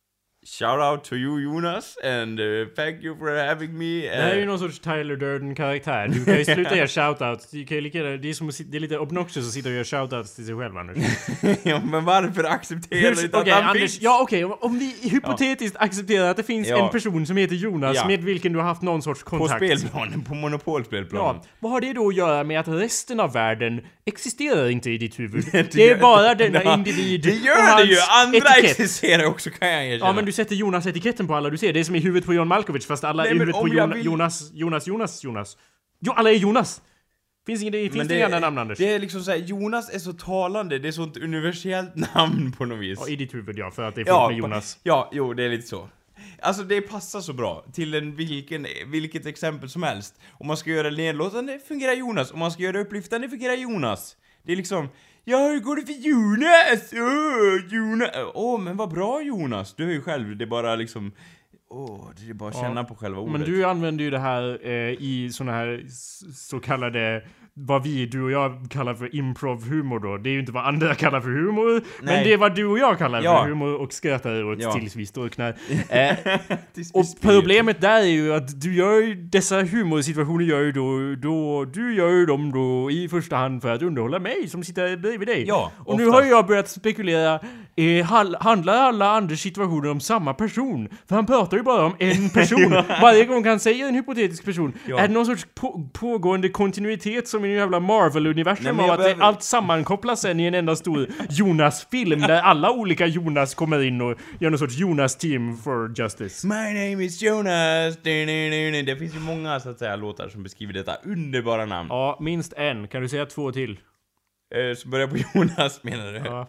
shout out to you, Jonas, and uh, thank you for having me. Det här är ju Uh, någon sorts Tyler Durden-karaktär. Du kan ju sluta göra shoutouts. Du kan ju lika, det, är som att, sit- det är lite obnoxious att sitta och göra shoutouts till sig själv, Anders. ja, men varför accepterar du inte Okej, att han Anders. finns? Ja, okej. Om, om vi hypotetiskt accepterar att det finns Ja. en person som heter Jonas Ja. med vilken du har haft någon sorts På kontakt. spelplanen, på monopolspelplanen. Ja, vad har det då att göra med att resten av världen existerar inte i ditt huvud? Det Det är gör- bara denna Ja, individ Det och gör det hans ju! Andra etikett. existerar också, kan jag erkänna. Ja, men du sätter Jonas-etiketten på alla du ser. Det är som i huvudet på John Malkovich, fast alla Nej, är i men huvudet om på jag Jon- vill- Jonas, Jonas, Jonas, Jonas. Jo, alla är Jonas! Finns inget, finns Men det inga andra namn, Anders? Det är liksom såhär, Jonas är så talande, det är sånt universellt namn på något vis. Ja, i ditt huvud, ja, för att det är fullt med Jonas. Ja, jo, det är lite så. Alltså det passar så bra till en vilken, vilket exempel som helst. Om man ska göra det nedlåtande fungerar Jonas, om man ska göra det upplyftande fungerar Jonas. Det är liksom, ja, hur går det för Jonas? Åh, Jonas! Åh, men vad bra Jonas! Du är ju själv, det är bara liksom, åh, det är bara att känna Ja. på själva ordet. Men du använder ju det här eh, i såna här s- så kallade, vad vi, du och jag kallar för improv-humor då. Det är ju inte vad andra kallar för humor, men Nej. det är vad du och jag kallar Ja. för humor och skrattar åt Ja. tills vi storknar. Eh, Tills vi och spyr. problemet där är ju att du gör ju, dessa humorsituationer gör ju då, då, du gör ju dem då i första hand för att underhålla mig som sitter bredvid dig. Ja, och nu oftast. har jag börjat spekulera, eh, hal- handlar alla Anders situationer om samma person? För han pratar ju bara om en person. Varje gång han säger en hypotetisk person, Ja. är det någon sorts på- pågående kontinuitet som i en jävla Nej, Marvel-universum men av jag att behöver- det, allt sammankopplas sen i en enda stor Jonas-film där alla olika Jonas kommer in och gör någon sorts Jonas-team for justice. My name is Jonas. Det finns ju många, så att säga, låtar som beskriver detta underbara namn. Ja, minst en. Kan du säga två till? Eh, som börjar på Jonas, menar du? Ja,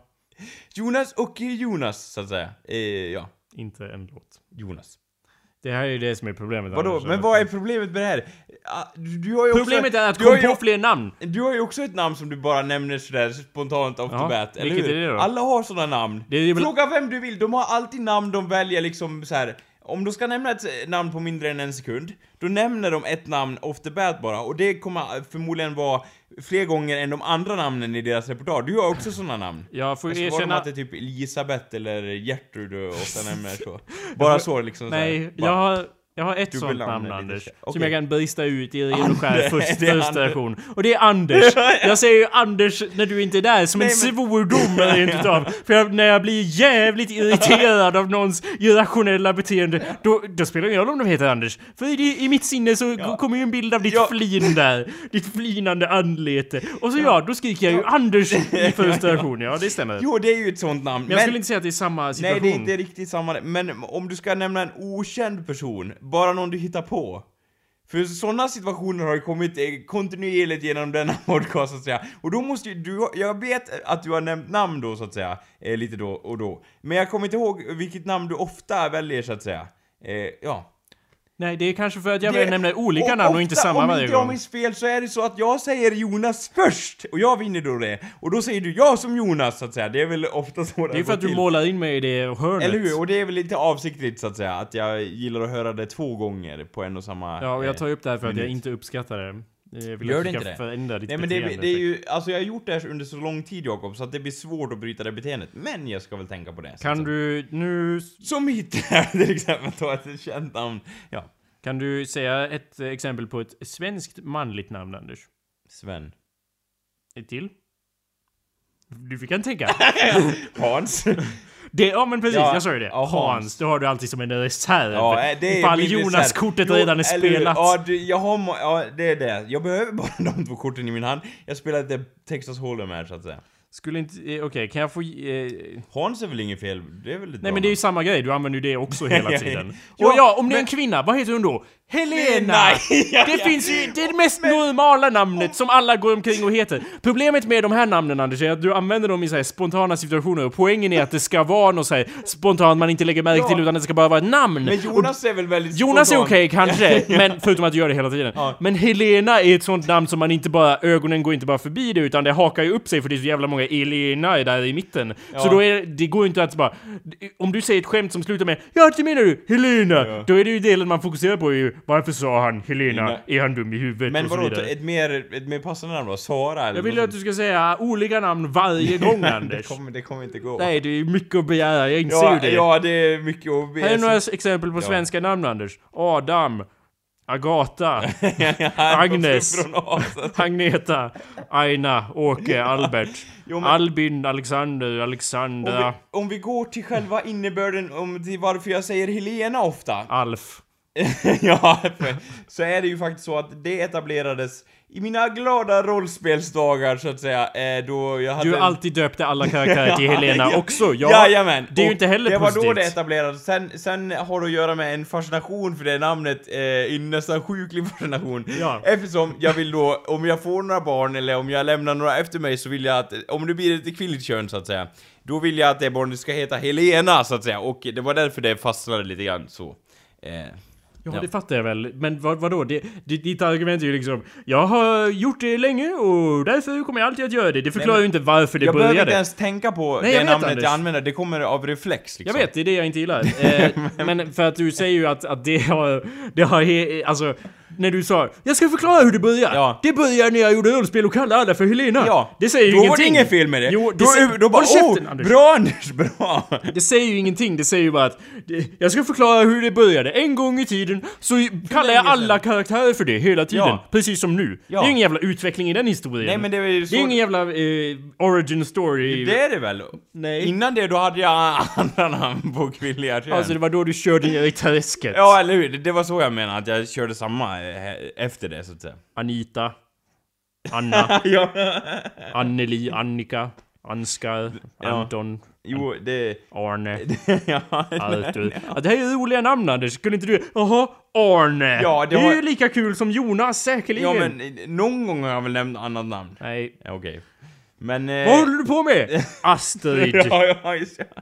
Jonas och Jonas, så att säga. Eh, ja, inte en låt. Jonas. Det här är det som är problemet. Vadå? Anders. Men vad är problemet med det här? Ah, Du, du har ju också, Problemet är att du har komma ju, på fler namn. du har ju också ett namn som du bara nämner sådär spontant off Ja, the bat, eller vilket hur? är det då? Alla har sådana namn. Det är väl- Fråga vem du vill, de har alltid namn de väljer liksom så här. Om de ska nämna ett eh, namn på mindre än en sekund, då nämner de ett namn off the bat bara, och det kommer förmodligen vara fler gånger än de andra namnen i deras repertoar. Du har också sådana namn. Jag får Det ska vara erkänna... att det är typ Elisabeth eller Gertrud och ofta nämner så. Bara så liksom. så här. Nej, Bara, jag har... Jag har ett sånt Dubbelnamn namn, är Anders. lite- Som okej. jag kan brista ut i ren och skär först, det är första Anders. version. Och det är Anders. Jag säger ju Anders när du inte är där, som en Nej, men- svordom rent utav. För jag, när jag blir jävligt irriterad av någons irrationella beteende, då, då spelar det ingen roll om de heter Anders. För i, i mitt sinne så Ja. kommer ju en bild av ditt Ja. flin där. Ditt flinande anlete. Och så ja, då skriker jag ju Anders i första versionen. Ja, det stämmer. Jo, det är ju ett sånt namn. Men jag skulle inte säga att det är samma Nej, situation. det är inte riktigt samma. Men om du ska nämna en okänd person, bara någon du hittar på. För sådana situationer har ju kommit eh, kontinuerligt genom denna podcast så att säga. Och då måste ju du, jag vet att du har nämnt namn då så att säga, eh, lite då och då. Men jag kommer inte ihåg vilket namn du ofta väljer så att säga. Eh, ja. Nej, det är kanske för att jag Det- vill nämna olika och namn och inte ofta, samma om varje inte jag gång. minns fel så är det så att jag säger Jonas först, och jag vinner då det. Och då säger du jag som Jonas så att säga. Det är väl ofta så Det är för att du målar in mig i det hörnet. Eller hur? Och det är väl lite avsiktligt så att säga, att jag gillar att höra det två gånger på en och samma... Ja, och jag tar eh, upp det här för att jag minut. inte uppskattar det. Jag vill Gör att det du inte ska det? förändra ditt Nej men det, beteende. det är ju, alltså jag har gjort det här under så lång tid Jakob, så att det blir svårt att bryta det beteendet. Men jag ska väl tänka på det. så Kan att- du nu... Som Hitler till exempel, ta ett känt namn. Ja. Kan du säga ett eh, exempel på ett svenskt manligt namn, Anders? Sven. Ett till? Du fick en tänka. Hans. Det, ja men precis, Ja, jag sa ju det. ja, Hans. Hans. Då har du alltid som en reserv. Ja, eh, det är Ifall min Jonas reserv. kortet Jo, redan är eller hur? spelat. Ja, du, jag har, må- ja, det är det. Jag behöver bara de två korten i min hand. Jag spelar lite Texas Hold'em här så att säga. Skulle inte... Eh, Okej, kan jag få... Eh, Hans är väl inget fel? Det är väl lite nej bra men det är ju namn. samma grej, du använder ju det också hela tiden. Ja, Och ja, om det är en men- kvinna, vad heter hon då? Helena! Nej, ja, Det ja. finns ju, det är det mest normala namnet som alla går omkring och heter. Problemet med de här namnen, Anders, är att du använder dem i så här spontana situationer, och poängen är att det ska vara något så här spontant man inte lägger märke Ja. till, utan det ska bara vara ett namn. Men Jonas är väl väldigt Jonas är spontan. okej kanske, men förutom att du gör det hela tiden. Ja. Men Helena är ett sånt namn som man inte bara, ögonen går inte bara förbi det, utan det hakar ju upp sig för det är så jävla många Elena är där i mitten. Ja. Så då är det går ju inte att bara, om du säger ett skämt som slutar med ja, det menar du, Helena, Ja. då är det ju delen man fokuserar på ju, varför sa han Helena, Helena. är han dum i huvudet Men och så vadå, vidare. ett mer, ett mer passande namn då? Sara eller Jag vill ju något att du ska säga olika namn varje gång, det, Anders. kommer, det kommer inte gå. Nej, det är mycket att begära, jag inser ja, ju det. ja, det är mycket att be. Här är några exempel på Ja. svenska namn, Anders. Adam, Agata, Han Agnes. från Asen. Agneta, Aina, Åke, Albert, Jo, men- Albin, Alexander, Om Alexandra, vi, om vi går till själva innebörden om till varför jag säger Helena ofta. Alf. Ja, för, så är det ju faktiskt så att det etablerades i mina glada rollspelsdagar så att säga, eh, då jag hade... Du har alltid döpte alla karaktärer till Helena Ja, också, ja. Jajamän. Det är ju Och inte heller det var då positivt. det etablerades. Sen, sen har det att göra med en fascination för det namnet, eh, en nästan sjuklig fascination. Ja. Eftersom jag vill då, om jag får några barn eller om jag lämnar några efter mig så vill jag att, om det blir ett kvinnligt kön så att säga, då vill jag att det barnet ska heta Helena så att säga. Och det var därför det fastnade lite grann så. Eh. Ja, Ja. det fattar jag väl. Men vad, vadå? Det, det, ditt argument är ju liksom, jag har gjort det länge och därför kommer jag alltid att göra det. Det förklarar Nej, ju inte varför det Jag behöver började. inte ens tänka på Nej, det jag vet, namnet Anders. jag använder, det kommer av reflex Jag liksom. vet, det är det jag inte gillar. Eh, men för att du säger ju att, att det har... Det har he, alltså, när du sa jag ska förklara hur det börjar. Ja. Det börjar när jag gjorde rollspel och kallade alla för Helena. Ja, Det säger ju då var ingenting. det inget fel med det. Jo, det då, sä- då bara, Håll käften, oh, Anders. bra Anders, bra! Det säger ju ingenting, det säger ju bara att det, jag ska förklara hur det började. En gång i tiden så kallar jag länge alla karaktärer för det hela tiden. Ja. Precis som nu. Ja. Det är ju ingen jävla utveckling i den historien. Nej men det är ju det så... är ingen jävla eh, origin story. Det är det väl? Nej. Innan det då hade jag andra namn på kvinnliga kön. Alltså det var då du körde ner i träsket. Ja eller hur, det, det var så jag menade, att jag körde samma eh, efter det så att säga. Anita. Anna. Ja. Anneli, Annika. Anskar. Ja. Anton. Jo, det... Arne. ja, Arthur. Ja, det här är ju roliga namn, Anders. Skulle inte du... Jaha, Arne. Ja, det, det är har- ju lika kul som Jonas, säkerligen. ja men eh, någon gång har jag väl nämnt annat namn. Nej. Ja, okej. Men... Eh... Vad håller du på med? Astrid. ja, ja, just det.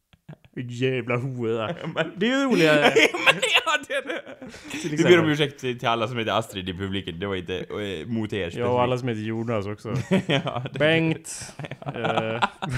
Jävla hora. Men... Det är ju roliga. men ja, det är det. till Vi exempel. ber om ursäkt till alla som heter Astrid i publiken, det var inte eh, mot er. Ja, och alla som heter Jonas också. ja, det... Bengt. uh,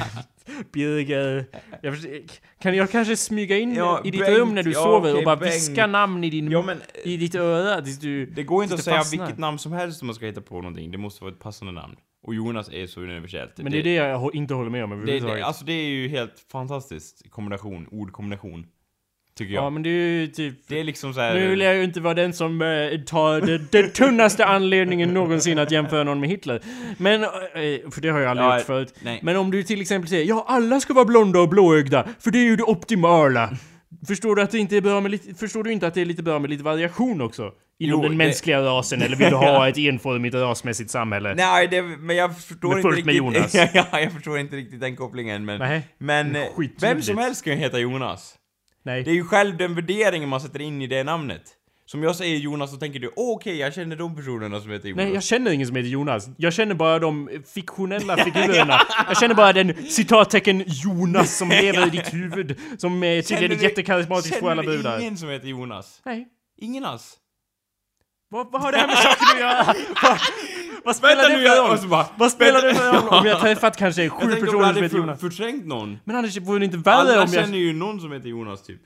Birger. Jag förs- kan jag kanske smyga in Ja, i ditt Bengt, rum när du ja, sover okej, och bara Bengt. viska namn i din... Ja, men I ditt öra tills du... det går inte att tills det säga fastnar. vilket namn som helst om man ska hitta på någonting. Det måste vara ett passande namn. Och Jonas är så universellt. Men det är det jag ho- inte håller med om det, överhuvudtaget. det, alltså det är ju helt fantastiskt kombination, ordkombination. tycker jag. Ja, men det är ju typ... Det är liksom så här... Nu vill jag ju inte vara den som äh, tar det, den tunnaste anledningen någonsin att jämföra någon med Hitler. Men, äh, för det har jag aldrig Ja, gjort förut. nej. Men om du till exempel säger, ja, alla ska vara blonda och blåögda, för det är ju det optimala. Förstår du att det inte är bra med lite, förstår du inte att det är lite bra med lite variation också? Inom Jo, den det- mänskliga rasen, eller vill du ha ett enformigt rasmässigt samhälle? Nej, det, men jag förstår Med inte fullt med riktigt... Jonas. ja, jag förstår inte riktigt den kopplingen, men... Nej, men det är eh, skittydligt. vem som helst kan ju heta Jonas. Nej. Det är ju själv den värderingen man sätter in i det namnet. Som jag säger Jonas, så tänker du, okej, okay, jag känner de personerna som heter Jonas. Nej, jag känner ingen som heter Jonas. Jag känner bara de fiktionella figurerna. Jag känner bara den citattecken Jonas som lever i ditt huvud. Som är tydligen är jättekarismatisk på alla Känner brudar. du ingen som heter Jonas? Nej. Ingen alls? Vad, vad har det här med saker att göra? Vad, vad spelar Vänta det nu, för jag- roll? och så bara- Vad spelar det för roll om jag träffat kanske Jag sju tänkte om du personer som hade heter för, Jonas? förträngt någon. Men annars vore det inte värre Alla om jag... känner ju någon som heter Jonas, typ.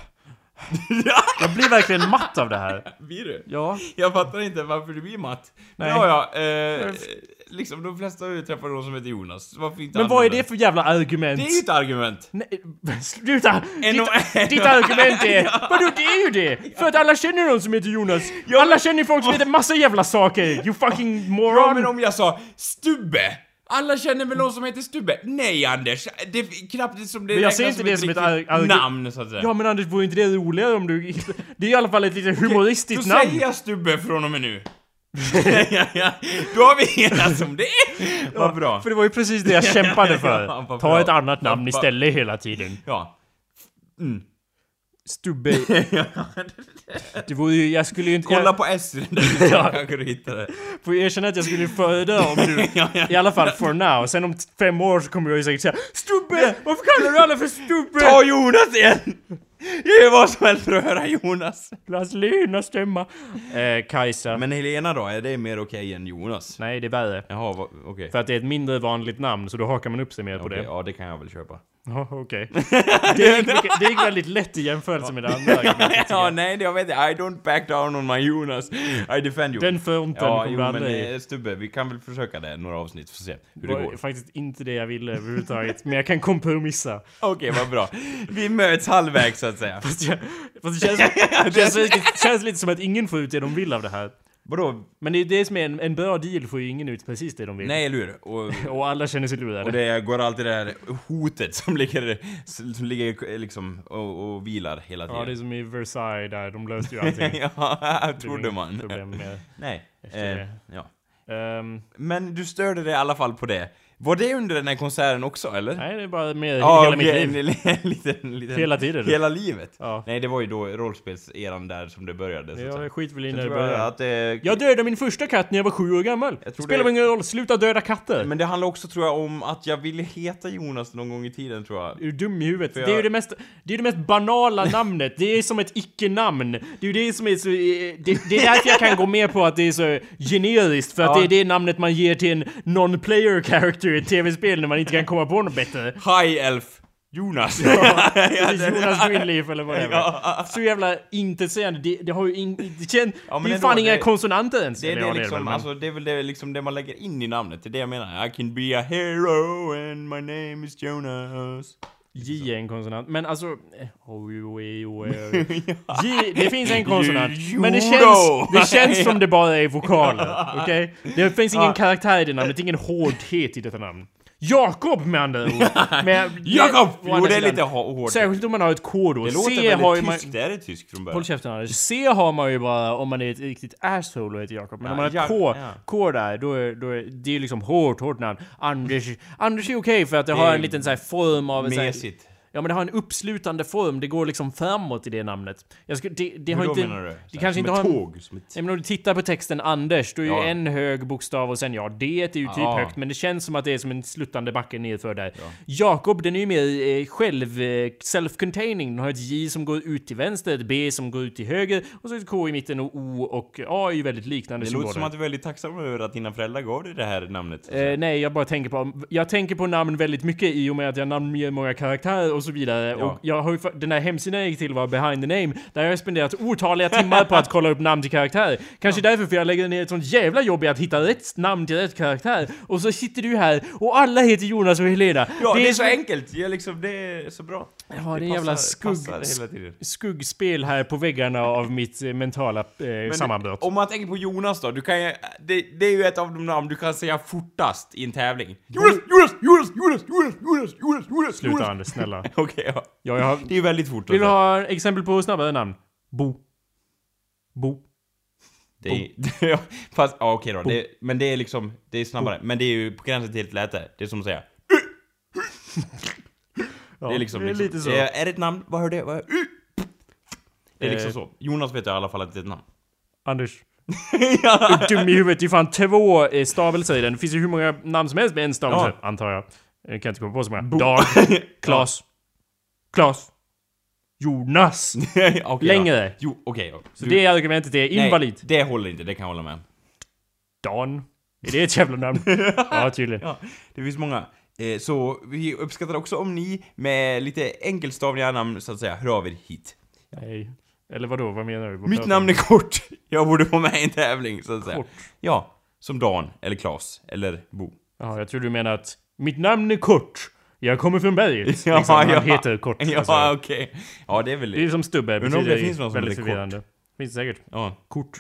Jag blir verkligen matt av det här. Blir du? Ja. Jag fattar inte varför du blir matt. Nej. Ja, ja, eh, liksom de flesta har ju träffat någon som heter Jonas. Varför inte Men vad är använda det för jävla argument? Det är ju ett argument. Nej, sluta! En och Ditt, en. ditt argument är... Vadå, det är ju det! För att alla känner någon som heter Jonas. Alla känner ju folk som heter massa jävla saker. You fucking moron! Ja, men om jag sa Stubbe. Alla känner väl någon som heter Stubbe? Nej, Anders. Det är knappt som det Men jag ser räknas inte det som ett riktigt arg- arg- namn, så att säga. Ja, men Anders, vore inte det roligare om du... Det är i alla fall ett lite humoristiskt Då namn. säger jag Stubbe från och med nu. ja, ja. Då har vi enats om det. Vad bra. För det var ju precis det jag kämpade för. Ja, vad Ta bra. ett annat namn Vad- istället hela tiden. Ja. Stubbe. Det vore ju... Jag skulle ju inte... Kolla jag, på S i den där, så Ja. kanske du hittar det. får erkänna att jag skulle föredra om du... Ja, ja. I alla fall for now. Sen om t- fem år så kommer jag ju säkert säga Stubbe! Varför kallar du alla för Stubbe? Ta Jonas igen! Jag är vad som helst för att höra Jonas. Lars Lena stämma. Eh, Kajsa. Men Helena då, är det mer okej än Jonas? Nej, det är värre. Jaha, va- okej. För att det är ett mindre vanligt namn, så då hakar man upp sig mer på Okej, det. ja, det kan jag väl köpa. Ja, okej. Det, gick mycket- det gick väldigt lätt i jämförelse med det andra argumentet. Ja, nej, det jag vet I don't back down on my Jonas. I defend you. Den fronten Ja, kommer jo, du men aldrig... eh, Stubbe, vi kan väl försöka det några avsnitt, får se hur Det det var går. faktiskt inte det jag ville överhuvudtaget. Men jag kan kompromissa. Okej, vad bra. Vi möts halvvägs, så att säga. Fast, jag, fast det, känns, det känns, lite, känns lite som att ingen får ut det de vill av det här. Vadå? Men det är det som är en, en bra deal, får ju ingen ut precis det de vill. Nej, eller hur? Och, Och alla känner sig lurade. och det går alltid det här hotet som ligger, som ligger liksom och, och vilar hela tiden. Ja, det är som i Versailles där, de löste ju allting. ja, Det trodde är man. inget problem med Nej. efter Eh, det. ja. Ehm, Men du störde dig i alla fall på det. Var det under den här konserten också, eller? nej, det är bara med Ja, hela okej, mitt liv. en, en liten, liten... Hela tiden. Hela livet? Ja. Nej, det var ju då rollspelseran där som det började, så att Jag säga. skit väl i Sen när det tror jag började. att, eh, Jag dödade min första katt när jag var sju år gammal. Jag tror Spelar det- ingen roll, sluta döda katter. Men det handlar också, tror jag, om att jag ville heta Jonas någon gång i tiden, tror jag. Är du dum i huvudet? För Det är ju jag- det mest, det är det mest banala namnet. Det är som ett icke-namn. Det är ju det som är så... Det, det är därför jag kan gå med på att det är så generiskt. För att Ja. det är det namnet man ger till en non-player character i ett tv-spel när man inte kan komma på något bättre. High Elf Jonas. Ja, Ja, det är den- Jonas Greenleaf eller vad det är. Ja. Så jävla intetsägande. Det, det har ju in, det, kän, Ja, men det är ju ändå, fan inga det- konsonanter ens. Det är, Eller det, ja, liksom, väl, men- alltså, det är väl det, liksom det man lägger in i namnet. Det är det jag menar. I can be a hero and my name is Jonas. J är en konsonant, men alltså... eh, oj, oj, oj, oj. J, det finns en konsonant, men det känns, det känns som det bara är vokaler, okej? Det finns ingen Ja. karaktär i det namnet, ingen hårdhet i detta namn. Jakob med andra ord. Men, Jakob! å Jo, andra det är sidan, lite hå- hårt. särskilt om man har ett kod då. Det låter C har ju väldigt man... tyskt. Det är det tyskt från början. Håll käften Anders. C har man ju bara om man är ett riktigt asshole och heter Jakob. Men Ja, om man har ja, ett K, ja. K där, då är, då är det är ju liksom hårt, hårt namn. Anders, Anders är okej för att det, Det har är en liten så här form av... så här- Mesigt. Ja, men det har en uppslutande form. Det går liksom framåt i det namnet. Jag skulle, det, det har Hur då inte... menar du? Det kanske som inte ett har en... tåg, som ett... Nej, men om du tittar på texten Anders, då är ju Ja. en hög bokstav och sen ja, D är ju typ Ja. högt, men det känns som att det är som en sluttande backe nedför där. Ja. Jakob, den är ju mer eh, själv, eh, self-containing. Den har ett J som går ut till vänster, ett B som går ut till höger, och så ett K i mitten och O och A är ju väldigt liknande Det låter symboler. som att du är väldigt tacksam över att dina föräldrar gav dig det här namnet. Eh, nej, jag bara tänker på... Jag tänker på namn väldigt mycket i och med att jag namnger många karaktärer och och så vidare. Ja. Och jag har ju, den här hemsidan jag gick till var Behind the Name, där jag har spenderat otaliga timmar på att kolla upp namn till karaktärer. Kanske ja. därför för jag lägger ner ett sånt jävla jobb i att hitta rätt namn till rätt karaktär. Och så sitter du här och alla heter Jonas och Helena. Ja, det, det är så enkelt. Det är, liksom, det är så bra. Ja, det är en jävla skugg, skuggspel här på väggarna av mitt eh, mentala eh, sammanbrott. Om man tänker på Jonas då, du kan ju, det, det är ju ett av de namn du kan säga fortast i en tävling. Jonas, Jonas, Jonas, Jonas, Jonas, Jonas, Jonas, Jonas. Sluta Anders, snälla. Okej, okay, ja. ja jag har, det är ju väldigt fort. Vill du ha exempel på snabbare namn? Bo. Bo. Det är, ja, fast, ja, okej okay då. Det, men det är liksom, det är snabbare. Bo. Men det är ju på gränsen till helt läte. Det är som att säga. Ja, det är liksom, det är liksom lite så. Är, är det ett namn? Vad hör det? Vad hör? Det är liksom så. Jonas vet jag i alla fall att det är ett namn. Anders. ja. Du dum i huvudet. Det är fan två eh, stavelser i den. Det finns ju hur många namn som helst med en stavelse, ja. antar jag. Jag kan inte komma på så många. Bo. Dag. Klas. Klas. Jonas. okay, Längre. Ja. Jo, okej. Okay, så du... det argumentet är invalid. Nej, det håller inte. Det kan jag hålla med. Dan. Är det ett jävla namn? Ja, tydligen. Ja, det finns många. Eh, så vi uppskattar också om ni med lite enkelstavliga namn, så att säga, hör av er hit. Nej. Eller vadå? Vad menar du? Vad Mitt namn är Kort. Jag borde vara med i en tävling, så att säga. Kort. Ja, som Dan, eller Klas, eller Bo. Ja, jag tror du menar att mitt namn är Kort. Jag kommer från berget. ja, liksom, ja. Han heter Kort. Ja, alltså. okej. Okay. Ja, det är väl... Det är som Stubbe. Men om det finns någon som väldigt heter förvirrande. Kort. Finns det säkert. Ja. Kort.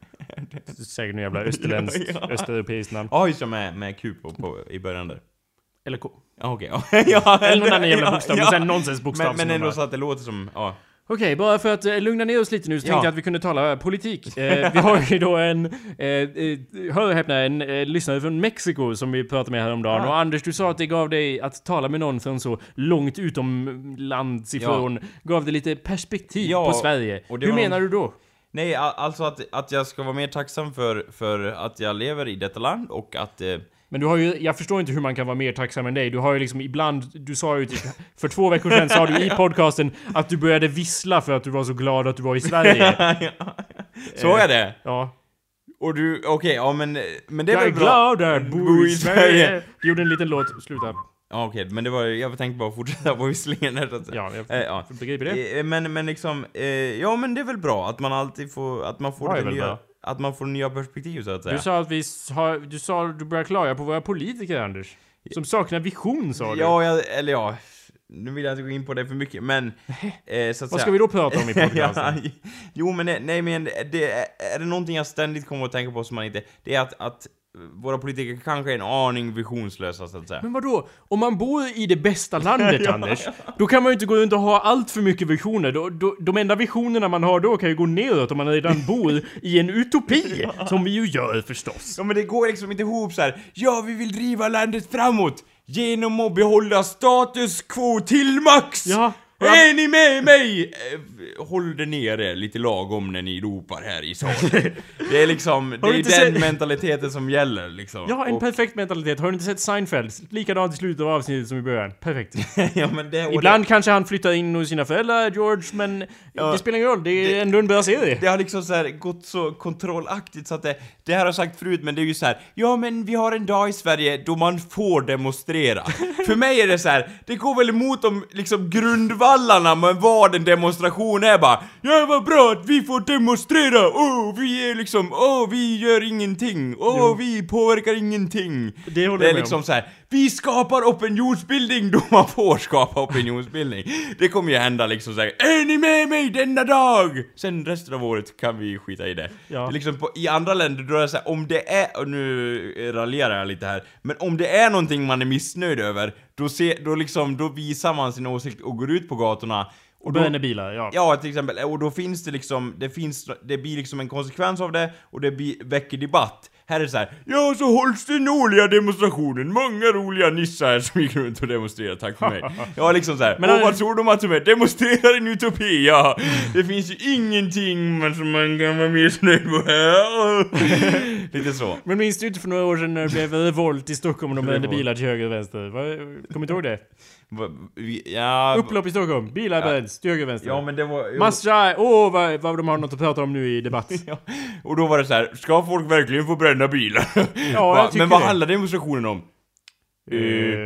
Säkert någon jävla österländskt, ja, ja. östeuropeiskt namn. Ja, just det, med, med Q på, på i början där. Eller K. Ja, okej. Okay. ja, eller någon annan jävla ja, bokstav. Ja. Och sen nonsensbokstav. Men, men ändå bara... så att det låter som... Ja. Okej, okay, bara för att eh, lugna ner oss lite nu så tänkte ja. jag att vi kunde tala politik. Eh, vi har ju då en, eh, eh, hör och häpna, en eh, lyssnare från Mexiko som vi pratade med häromdagen. Ja. Och Anders, du sa att det gav dig att tala med någon från så långt utomlands ifrån, ja. gav dig lite perspektiv ja, på Sverige. Hur menar någon... du då? Nej, alltså att, att jag ska vara mer tacksam för, för att jag lever i detta land och att... Eh... Men du har ju, jag förstår inte hur man kan vara mer tacksam än dig. Du har ju liksom ibland, du sa ju typ, för två veckor sedan sa du i podcasten att du började vissla för att du var så glad att du var i Sverige. ja. Så är det? Ja. Och du, okej, okay, ja men, men det är jag väl är bra. glad att bo i Sverige. Du gjorde en liten låt, sluta. Ja, okej, okay, men det var, jag tänkte bara fortsätta på visslingen här, så att ja, jag eh, ja. begriper det. Eh, men, men liksom, eh, ja men det är väl bra att man alltid får, att man får ja, det nya... Bra. Att man får nya perspektiv, så att säga. Du sa att vi har, du sa att du börjar klaga på våra politiker, Anders. Som saknar vision, sa du. Ja, jag, eller ja. Nu vill jag inte gå in på det för mycket, men... Eh, så att Vad säga. ska vi då prata om i podcasten? ja, jo, men nej, men det är, är det någonting jag ständigt kommer att tänka på som man inte... Det är att, att våra politiker kanske är en aning visionslösa, så att säga. Men vadå? Om man bor i det bästa landet, ja, Anders, då kan man ju inte gå runt och ha allt för mycket visioner. Då, då, de enda visionerna man har då kan ju gå neråt om man redan bor i en utopi, ja. Som vi ju gör förstås. Ja, men det går liksom inte ihop så här. Ja, vi vill driva landet framåt genom att behålla status quo till max. Ja. Är ni med mig? Håll det nere lite lagom när ni ropar här i salen. Det är liksom, det är den sett... mentaliteten som gäller liksom. Ja, en och... perfekt mentalitet. Har du inte sett Seinfeld? Likadant i slutet av avsnittet som i början. Perfekt. ja, men det, Ibland det... kanske han flyttar in hos sina föräldrar, George, men ja, det spelar ingen roll. Det är det, ändå en bra serie. Det har liksom så här gått så kontrollaktigt så att det, det här har jag sagt förut, men det är ju så här. Ja, men vi har en dag i Sverige då man får demonstrera. För mig är det så här, det går väl emot de liksom grundvallarna, men vad en demonstration är bara. Ja, vad bra att vi får demonstrera. Åh, oh, vi är liksom, åh, oh, vi gör ingenting. Åh, oh, vi påverkar ingenting. Det, det är liksom så här. Vi skapar opinionsbildning då man får skapa opinionsbildning. Det kommer ju hända liksom så här. Är ni med mig denna dag? Sen resten av året kan vi skita i det. Ja. Det är liksom på, i andra länder då är det så här, om det är, och nu raljerar jag lite här, men om det är någonting man är missnöjd över, då, se, då, liksom, då visar man sin åsikt och går ut på gatorna. Och bränner bilar, ja. Ja, till exempel. Och då finns det liksom, det finns, det blir liksom en konsekvens av det, och det blir, väcker debatt. Här är det så här, ja, så hålls den årliga demonstrationen. Många roliga nissar som gick runt och demonstrerade, tack för mig. Ja, liksom så här. Men åh, vad tror de att de är? Demonstrerar en utopi, ja. Det finns ju ingenting man, som man kan vara missnöjd på här. Lite så. Men minns du inte för några år sedan när det blev revolt i Stockholm och de brände bilar till höger och vänster? Kommer du ihåg det? Ja, upplopp i Stockholm, bilar bränns, till höger och vänster. Ja, men det var... Massa, åh, oh, vad, vad de har något att prata om nu i debatt. Ja. Och då var det så här, ska folk verkligen få bränna bilar? Ja, jag men vad det. handlar demonstrationen om? Uh,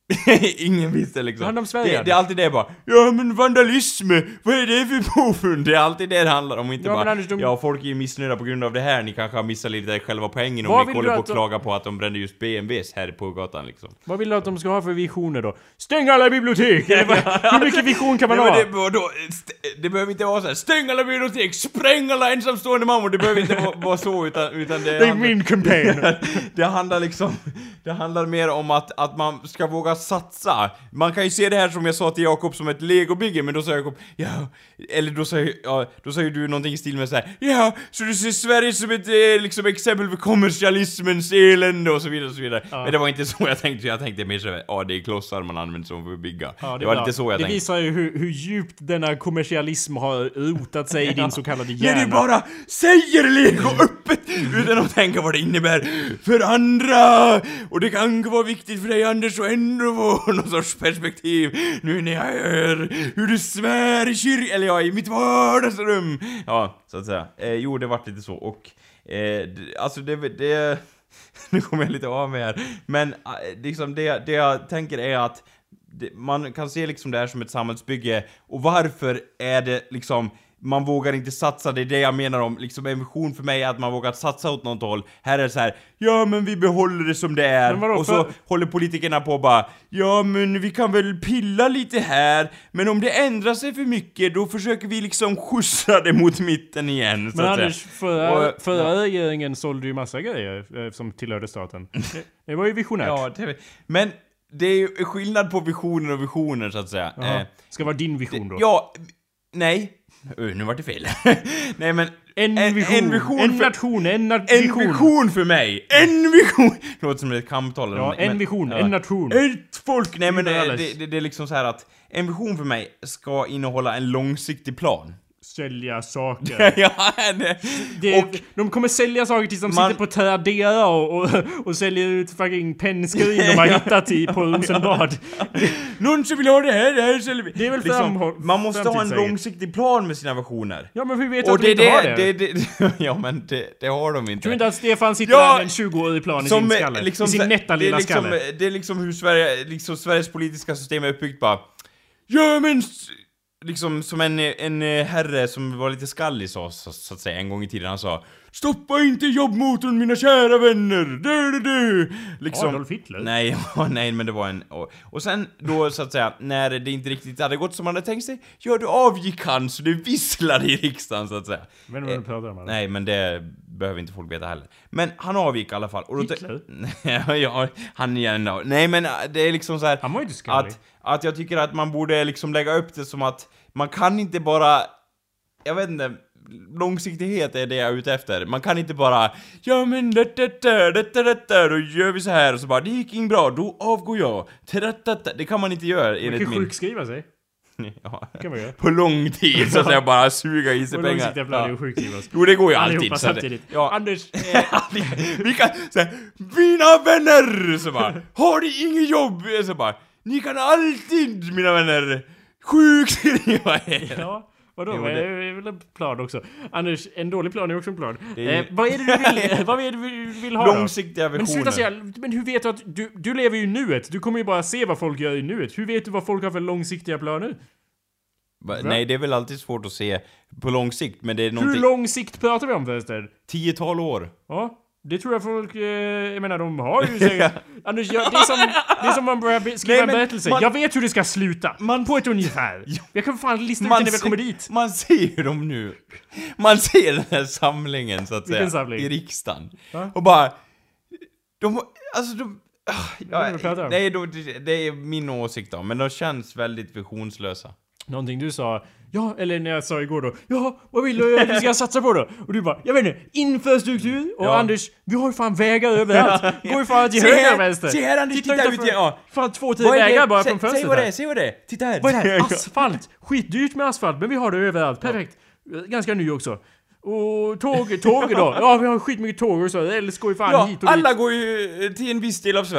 Ingen visste liksom. Vad handlar om det, Sverige? det är alltid det bara. Ja men vandalism, vad är det för påfund? Det är alltid det det handlar om. Inte Ja, bara, men Anders, de- ja folk är ju missnöjda på grund av det här. Ni kanske har missat lite själva poängen om Vad ni vill kollar du på att och de- klagar på att de brände just B M Ws här på gatan liksom. Vad vill du att de ska ha för visioner då? Stäng alla bibliotek! Eller vad, hur mycket vision kan man Nej, ha? men det, vadå? St- det behöver inte vara så här. Stäng alla bibliotek, spräng alla ensamstående mammor. Det behöver inte vara, vara så utan, utan det, Det är handlar- min campaign. det handlar liksom, det handlar mer om att, att man ska våga satsa. Man kan ju se det här som jag sa till Jakob som ett legobygge, men då sa Jakob, ja, eller då säger, ja, då säger du någonting i stil med så här, ja, så du ser Sverige som ett eh, liksom exempel för kommersialismens elände och så vidare och så vidare. Ja. Men det var inte så jag tänkte, jag tänkte mer så här, ja, det är klossar man använder som för att bygga. Ja, det, det, var bra. inte så jag det tänkte. visar ju hur, hur djupt denna kommersialism har rotat sig i din så kallade När hjärna. du bara säger Lego öppet utan att tänka vad det innebär för andra. Och det kan vara viktigt för dig Anders och ändå få någon sorts perspektiv nu när jag hör hur du svär i kyrkan, eller ja, i mitt vardagsrum. Ja, så att säga. Eh, jo, det vart lite så. Och eh, d- alltså det... det nu kommer jag lite av mig här. Men eh, liksom det, det jag tänker är att det, man kan se liksom det här som ett samhällsbygge. Och varför är det liksom... Man vågar inte satsa, det är det jag menar om liksom en vision för mig är att man vågar satsa åt något håll. Här är det så här, ja men vi behåller det som det är. Men vadå, och så för- håller politikerna på bara, ja men vi kan väl pilla lite här, men om det ändrar sig för mycket då försöker vi liksom skjutsa det mot mitten igen. Så Men att Anders, säga. förra, Och- förra regeringen sålde ju massa grejer eh, som tillhörde staten. Det, det var ju visionärt. Ja, det, men det är ju skillnad på visioner och visioner så att säga. Jaha. Eh, Ska vara din vision då? ja, nej. Uh, nu vart det fel. Nej men... En vision, en vision en för- nation, en nat- En vision. vision för mig! En vision! Låter som ett kamptal eller Ja, någonting, en men- vision, ja. en nation. Ett folk! Nej men det, Universalis. det, det, det är liksom så här att en vision för mig ska innehålla en långsiktig plan. Sälja saker. Ja, det, Det, och de kommer sälja saker tills de Man- sitter på Tradera och, och, och säljer ut fucking pennskrin de har hittat i på Rosenbad. någon som vill ha det här, det här säljer vi. Det är väl liksom, framhåll- man måste ha en framtidssäkert. långsiktig plan med sina visioner. Ja men hur vet du Och att det de är inte har det, det? det, det, ja men det, det har de inte. Tror du inte att Stefan sitter Ja, där med en tjugoårig plan i sin skalle? I sin så- nätta det är lilla liksom, skalle? Det är liksom hur Sverige, liksom Sveriges politiska system är uppbyggt bara. Ja men s- liksom som en, en eh, herre som var lite skallig sa, så, så att säga, en gång i tiden, han sa: stoppa inte jobbmotorn mina kära vänner, du du du. Liksom, Adolf Hitler? nej, ja, nej men det var en, och, och sen då så att säga, när det inte riktigt hade gått som man hade tänkt sig, ja då avgick han så det visslade i riksdagen så att säga. Men vad du pratar om? eller? Nej, men det behöver inte folk veta heller. Men han avgick i alla fall. Och då Hitler? ja, ja, han igen då. Nej, men äh, det är liksom så här Han var ju inte skallig. att, att jag tycker att man borde liksom lägga upp det som att man kan inte bara, jag vet inte, långsiktighet är det jag är ute efter. Man kan inte bara, ja men det det det det det då gör vi så här och så bara, det gick in bra, då avgår jag. Tadadada. Det kan man inte göra Man enligt kan min... sjukskriva sig. Ja. Det kan man göra. På lång tid så att jag bara suga i sig Och pengar. långsiktiga planer och sjukskriva sig. Jo, det går ju Allihopa alltid. så att- samtidigt. Ja. Anders, Vi kan säga, mina vänner! Så bara, har ni inget jobb? Så bara, ni kan alltid, mina vänner, sjukskriva er. ja, vadå? Jo, Det det- är väl en plan också. Anders, en dålig plan är också en plan. Det är- Eh, vad är det du vill, vad är det du vill ha då? Långsiktiga Men visioner. sluta säga, men hur vet du att du, du lever ju i nuet? Du kommer ju bara se vad folk gör i nuet. Hur vet du vad folk har för långsiktiga planer? Va? Nej, det är väl alltid svårt att se på lång sikt, men det är Hur någonting... lång sikt pratar vi om förresten? Tiotal år. Ja, det tror jag folk, eh, jag menar de har ju säkert... Anders, jag, det, är som, det är som man börjar be- skriva Nej, en men berättelse. man- Jag vet hur det ska sluta. Man- På ett ungefär. Jag kan fan lista ut Man det när vi ser- kommer dit. Man ser dem nu. Man ser den här samlingen, så att Vilken säga, samling? i riksdagen. Va? Och bara... De... Alltså, de... ah, Vad är det du pratar Ja, om? nej, de, det- det är min åsikt då, men de känns väldigt visionslösa. Någonting du sa, ja, eller när jag sa igår då, ja, vad vill du att vi ska satsa på då? Och du bara, jag vet inte, infrastruktur? Och Ja. Anders, vi har ju fan vägar överallt. Går ju fan till Se höger här, och vänster. se här, Anders, titta ut utanför- igen, ja. Fan två, tre Vad är det? vägar bara Sä- från fönstret Säg vad det är, här. säg vad det är. Titta här. Vad är det här? Asfalt! Skitdyrt med asfalt, men vi har det överallt. Perfekt. Ganska ny också. Och tåg, tåg då? Ja, vi har skitmycket tåg och så. Eller går ju fan Ja, hit och alla dit. går ju till en viss del av Sverige.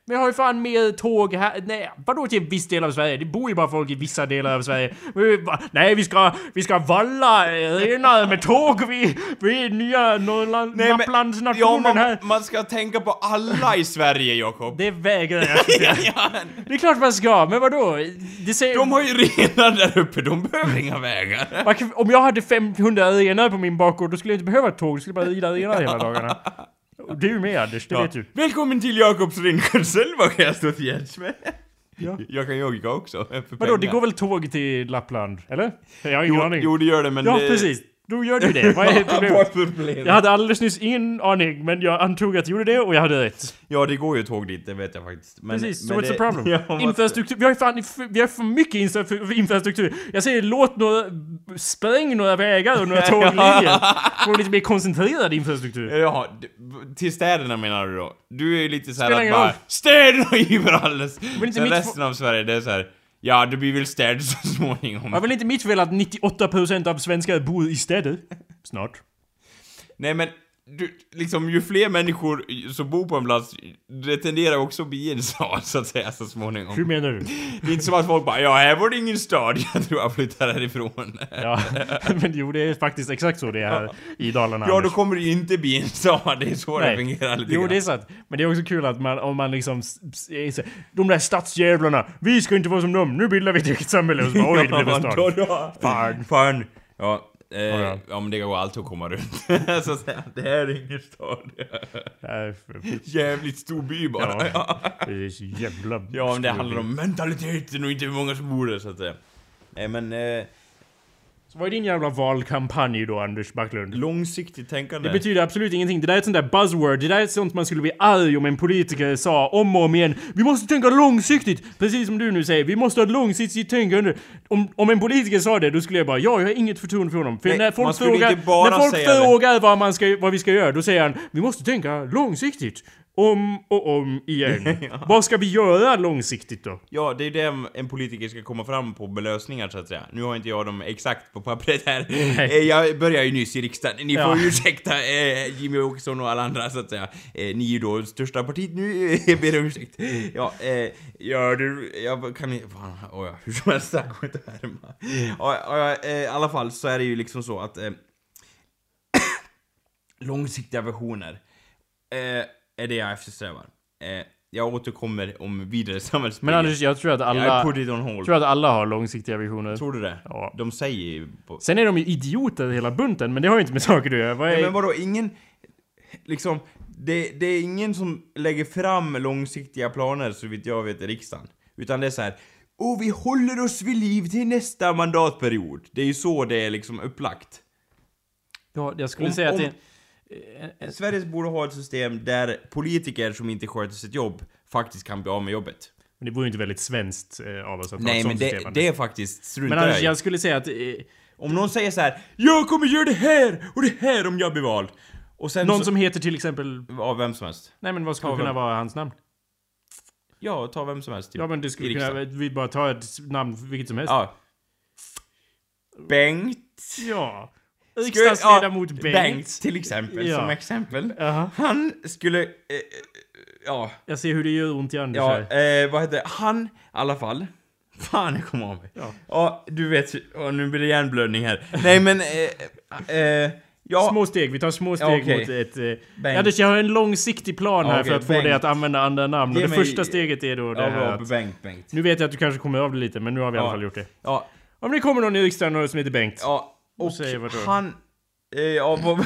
Men jag har ju fan med tåg här. Nej, vadå till viss del av Sverige? Det bor ju bara folk i vissa delar av Sverige. Vi, va, nej, vi ska, vi ska valla rena med tåg. Vi, vi är nya Norrland, Lapplandsnationen ja, man, här. man ska tänka på alla i Sverige, Jakob. Det vägrar jag säga. ja. Det är klart man ska, men vadå? Det säger... De har ju renar där uppe, de behöver inga vägar. Om jag hade femhundra renar på min bakgård, då skulle jag inte behöva ett tåg. Jag skulle bara rida renar hela dagarna. Du är med, Anders, det ja. vet du. Välkommen till Jakobs renkörsel, vad kan jag stå till hjälp med? Ja. Jag kan jogga också. Vadå, det går väl tåg till Lappland, eller? Jag har ingen jo, aning. Jo, det gör det, men... Ja, det... precis. Då gör du det. Vad är problemet? problemet? Jag hade alldeles nyss ingen aning, men jag antog att jag gjorde det och jag hade rätt. Ja, det går ju tåg dit, det vet jag faktiskt. Men, precis, men so det... what's the problem? ja, infrastruktur. Vi har ju fan, vi har för mycket infrastruktur. Jag säger, låt några, spräng några vägar och några tåglinjer. Få lite mer koncentrerad infrastruktur. Ja, till städerna menar du då? Du är ju lite såhär att bara, städerna överalles. Men resten av Sverige, det är så här. Ja, det blir väl städer så småningom. Jag vill inte mitt fel att nittioåtta procent av svenskar bor i städer. Snart. Nej, men du, liksom, ju fler människor som bor på en plats, det tenderar också att bli en stad, så att säga, så småningom. Hur menar du? Det är inte som att folk bara, ja, här var det ingen stad, jag tror jag flyttar härifrån. Ja, men jo, det är faktiskt exakt så det är här ja. i Dalarna. Ja, då kommer det ju inte bli en stad, det är så Nej. det fungerar lite Jo, grann. det är sant. Men det är också kul att man, om man liksom, de där stadsjävlarna, vi ska inte vara som dem, nu bildar vi ett eget samhälle och så bara, oj, det blev en stad. Då, då. Fan. Fan. Ja. Eh, ja, ja. ja, men det går alltid att komma runt. Så att säga, det här är ingen stad. Jävligt stor by bara. Ja, det är så jävla... Ja, men det handlar om mentaliteten och inte hur många som bor där, så att säga. Nej, men... Eh... Så vad är din jävla valkampanj då, Anders Backlund? Långsiktigt tänkande. Det betyder absolut ingenting. Det där är ett sånt där buzzword. Det där är ett sånt man skulle bli arg om en politiker sa om och om igen. Vi måste tänka långsiktigt. Precis som du nu säger. Vi måste ha ett långsiktigt tänkande. Om, om en politiker sa det, då skulle jag bara, ja, jag har inget förtroende för honom. För Nej, när folk frågar, när folk frågar vad, man ska, vad vi ska göra, då säger han, vi måste tänka långsiktigt. Om och om igen. ja. Vad ska vi göra långsiktigt då? Ja, det är det en politiker ska komma fram på med lösningar, så att säga. Nu har inte jag dem exakt på pappret här. Nej. Jag börjar ju nyss i riksdagen. Ni ja. får ursäkta eh, Jimmy Åkesson och alla andra, så att säga. Eh, ni är då största partiet nu. Jag ber om ursäkt. Ja, eh, ja, du, jag kan inte... Åh ja, hur som helst, det går inte att härma. Ja, ja, eh, i alla fall så är det ju liksom så att... Eh, långsiktiga versioner. Eh... är det jag eftersträvar. Eh, jag återkommer om vidare samhällsbygge. Men Anders, jag tror att alla jag put it on hold. tror att alla har långsiktiga visioner. Tror du det? Ja. De säger ju... På... Sen är de ju idioter hela bunten, men det har ju inte med saker att göra. Vad är... Nej, men vadå, ingen... Liksom, det, det är ingen som lägger fram långsiktiga planer, så vitt jag vet, i riksdagen. Utan det är så här: åh, vi håller oss vid liv till nästa mandatperiod. Det är ju så det är liksom upplagt. Ja, jag skulle om, säga att om... det... Sveriges borde ha ett system där politiker som inte sköter sitt jobb faktiskt kan bli av med jobbet. Men det vore ju inte väldigt svenskt eh, av oss att Nej, ha ett men sånt det, system. det är faktiskt struntar Men Anders, jag, jag skulle säga att... Eh, om någon säger så här: jag kommer göra det här och det här om jag blir vald. Och sen någon så, som heter till exempel... av vem som helst. Nej, men vad skulle kunna vem? vara hans namn? Ja, ta vem som helst. Typ, ja, men det skulle kunna... Vi bara ta ett namn, vilket som helst. Ja. Bengt. Ja. Riksdagsledamot ja, Bengt. Bengt till exempel, ja. som exempel. Uh-huh. Han skulle... Eh, ja. Jag ser hur det gör ont i Anders ja, här. Eh, vad heter det? Han, i alla fall. Fan, jag kommer av mig. Ja. ja, du vet, och nu blir det hjärnblödning här. Nej, men... Eh, eh, ja. Små steg, vi tar små steg okay. mot ett... Eh, Anders, jag har en långsiktig plan här okay, för att Bengt. få dig att använda andra namn. Och det mig... första steget är då det ja, här bra, att, Bengt, Bengt. Nu vet jag att du kanske kommer av det lite, men nu har vi ja. i alla fall gjort det. Ja. Om det kommer någon i riksdagen som heter Bengt. Ja. Och han... Eh, ja, vad...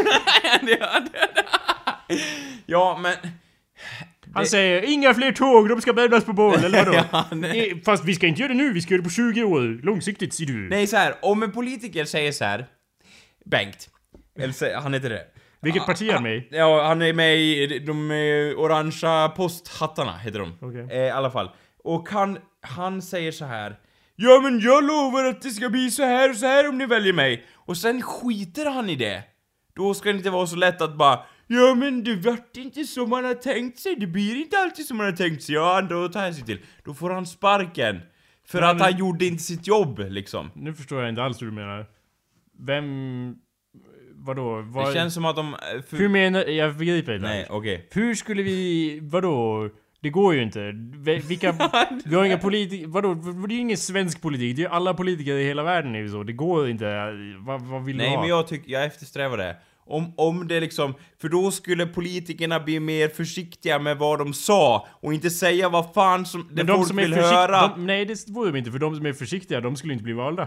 ja, men... Han det... säger, inga fler tåg, de ska bäddas på bål, eller vadå? ja, nej. Fast vi ska inte göra det nu, vi ska göra det på tjugo år. Långsiktigt, ser du. Nej, så här, om en politiker säger så här: Bengt, eller så, han heter det. Vilket ah, parti är han med i? Ja, han är med i de eh, orangea posthattarna, heter de. Okay. Eh, i alla fall. Och han, han säger så här: ja, men jag lovar att det ska bli så här och så här om ni väljer mig. Och sen skiter han i det. Då ska det inte vara så lätt att bara: ja, men det vart inte som man har tänkt sig. Det blir inte alltid som man har tänkt sig. Ja, då tar jag sig till. Då får han sparken. För men, att han gjorde inte sitt jobb, liksom. Nu förstår jag inte alls hur du menar. Vem... Vadå? Vad... Det känns som att de... För... Hur menar... Jag begriper inte. Nej, okej. Okay. Hur skulle vi... Vadå? Det går ju inte. Vilka... vi har inga politiker... Vadå? Det är ju ingen svensk politik. Det är ju alla politiker i hela världen är ju så. Det går inte. Vad, vad vill Nej, du ha? men jag tycker... Jag eftersträvar det. Om, om det liksom... För då skulle politikerna bli mer försiktiga med vad de sa. Och inte säga vad fan som... Det men de folk som är vill försikt... höra. De, nej, det vore de inte. För de som är försiktiga, de skulle inte bli valda.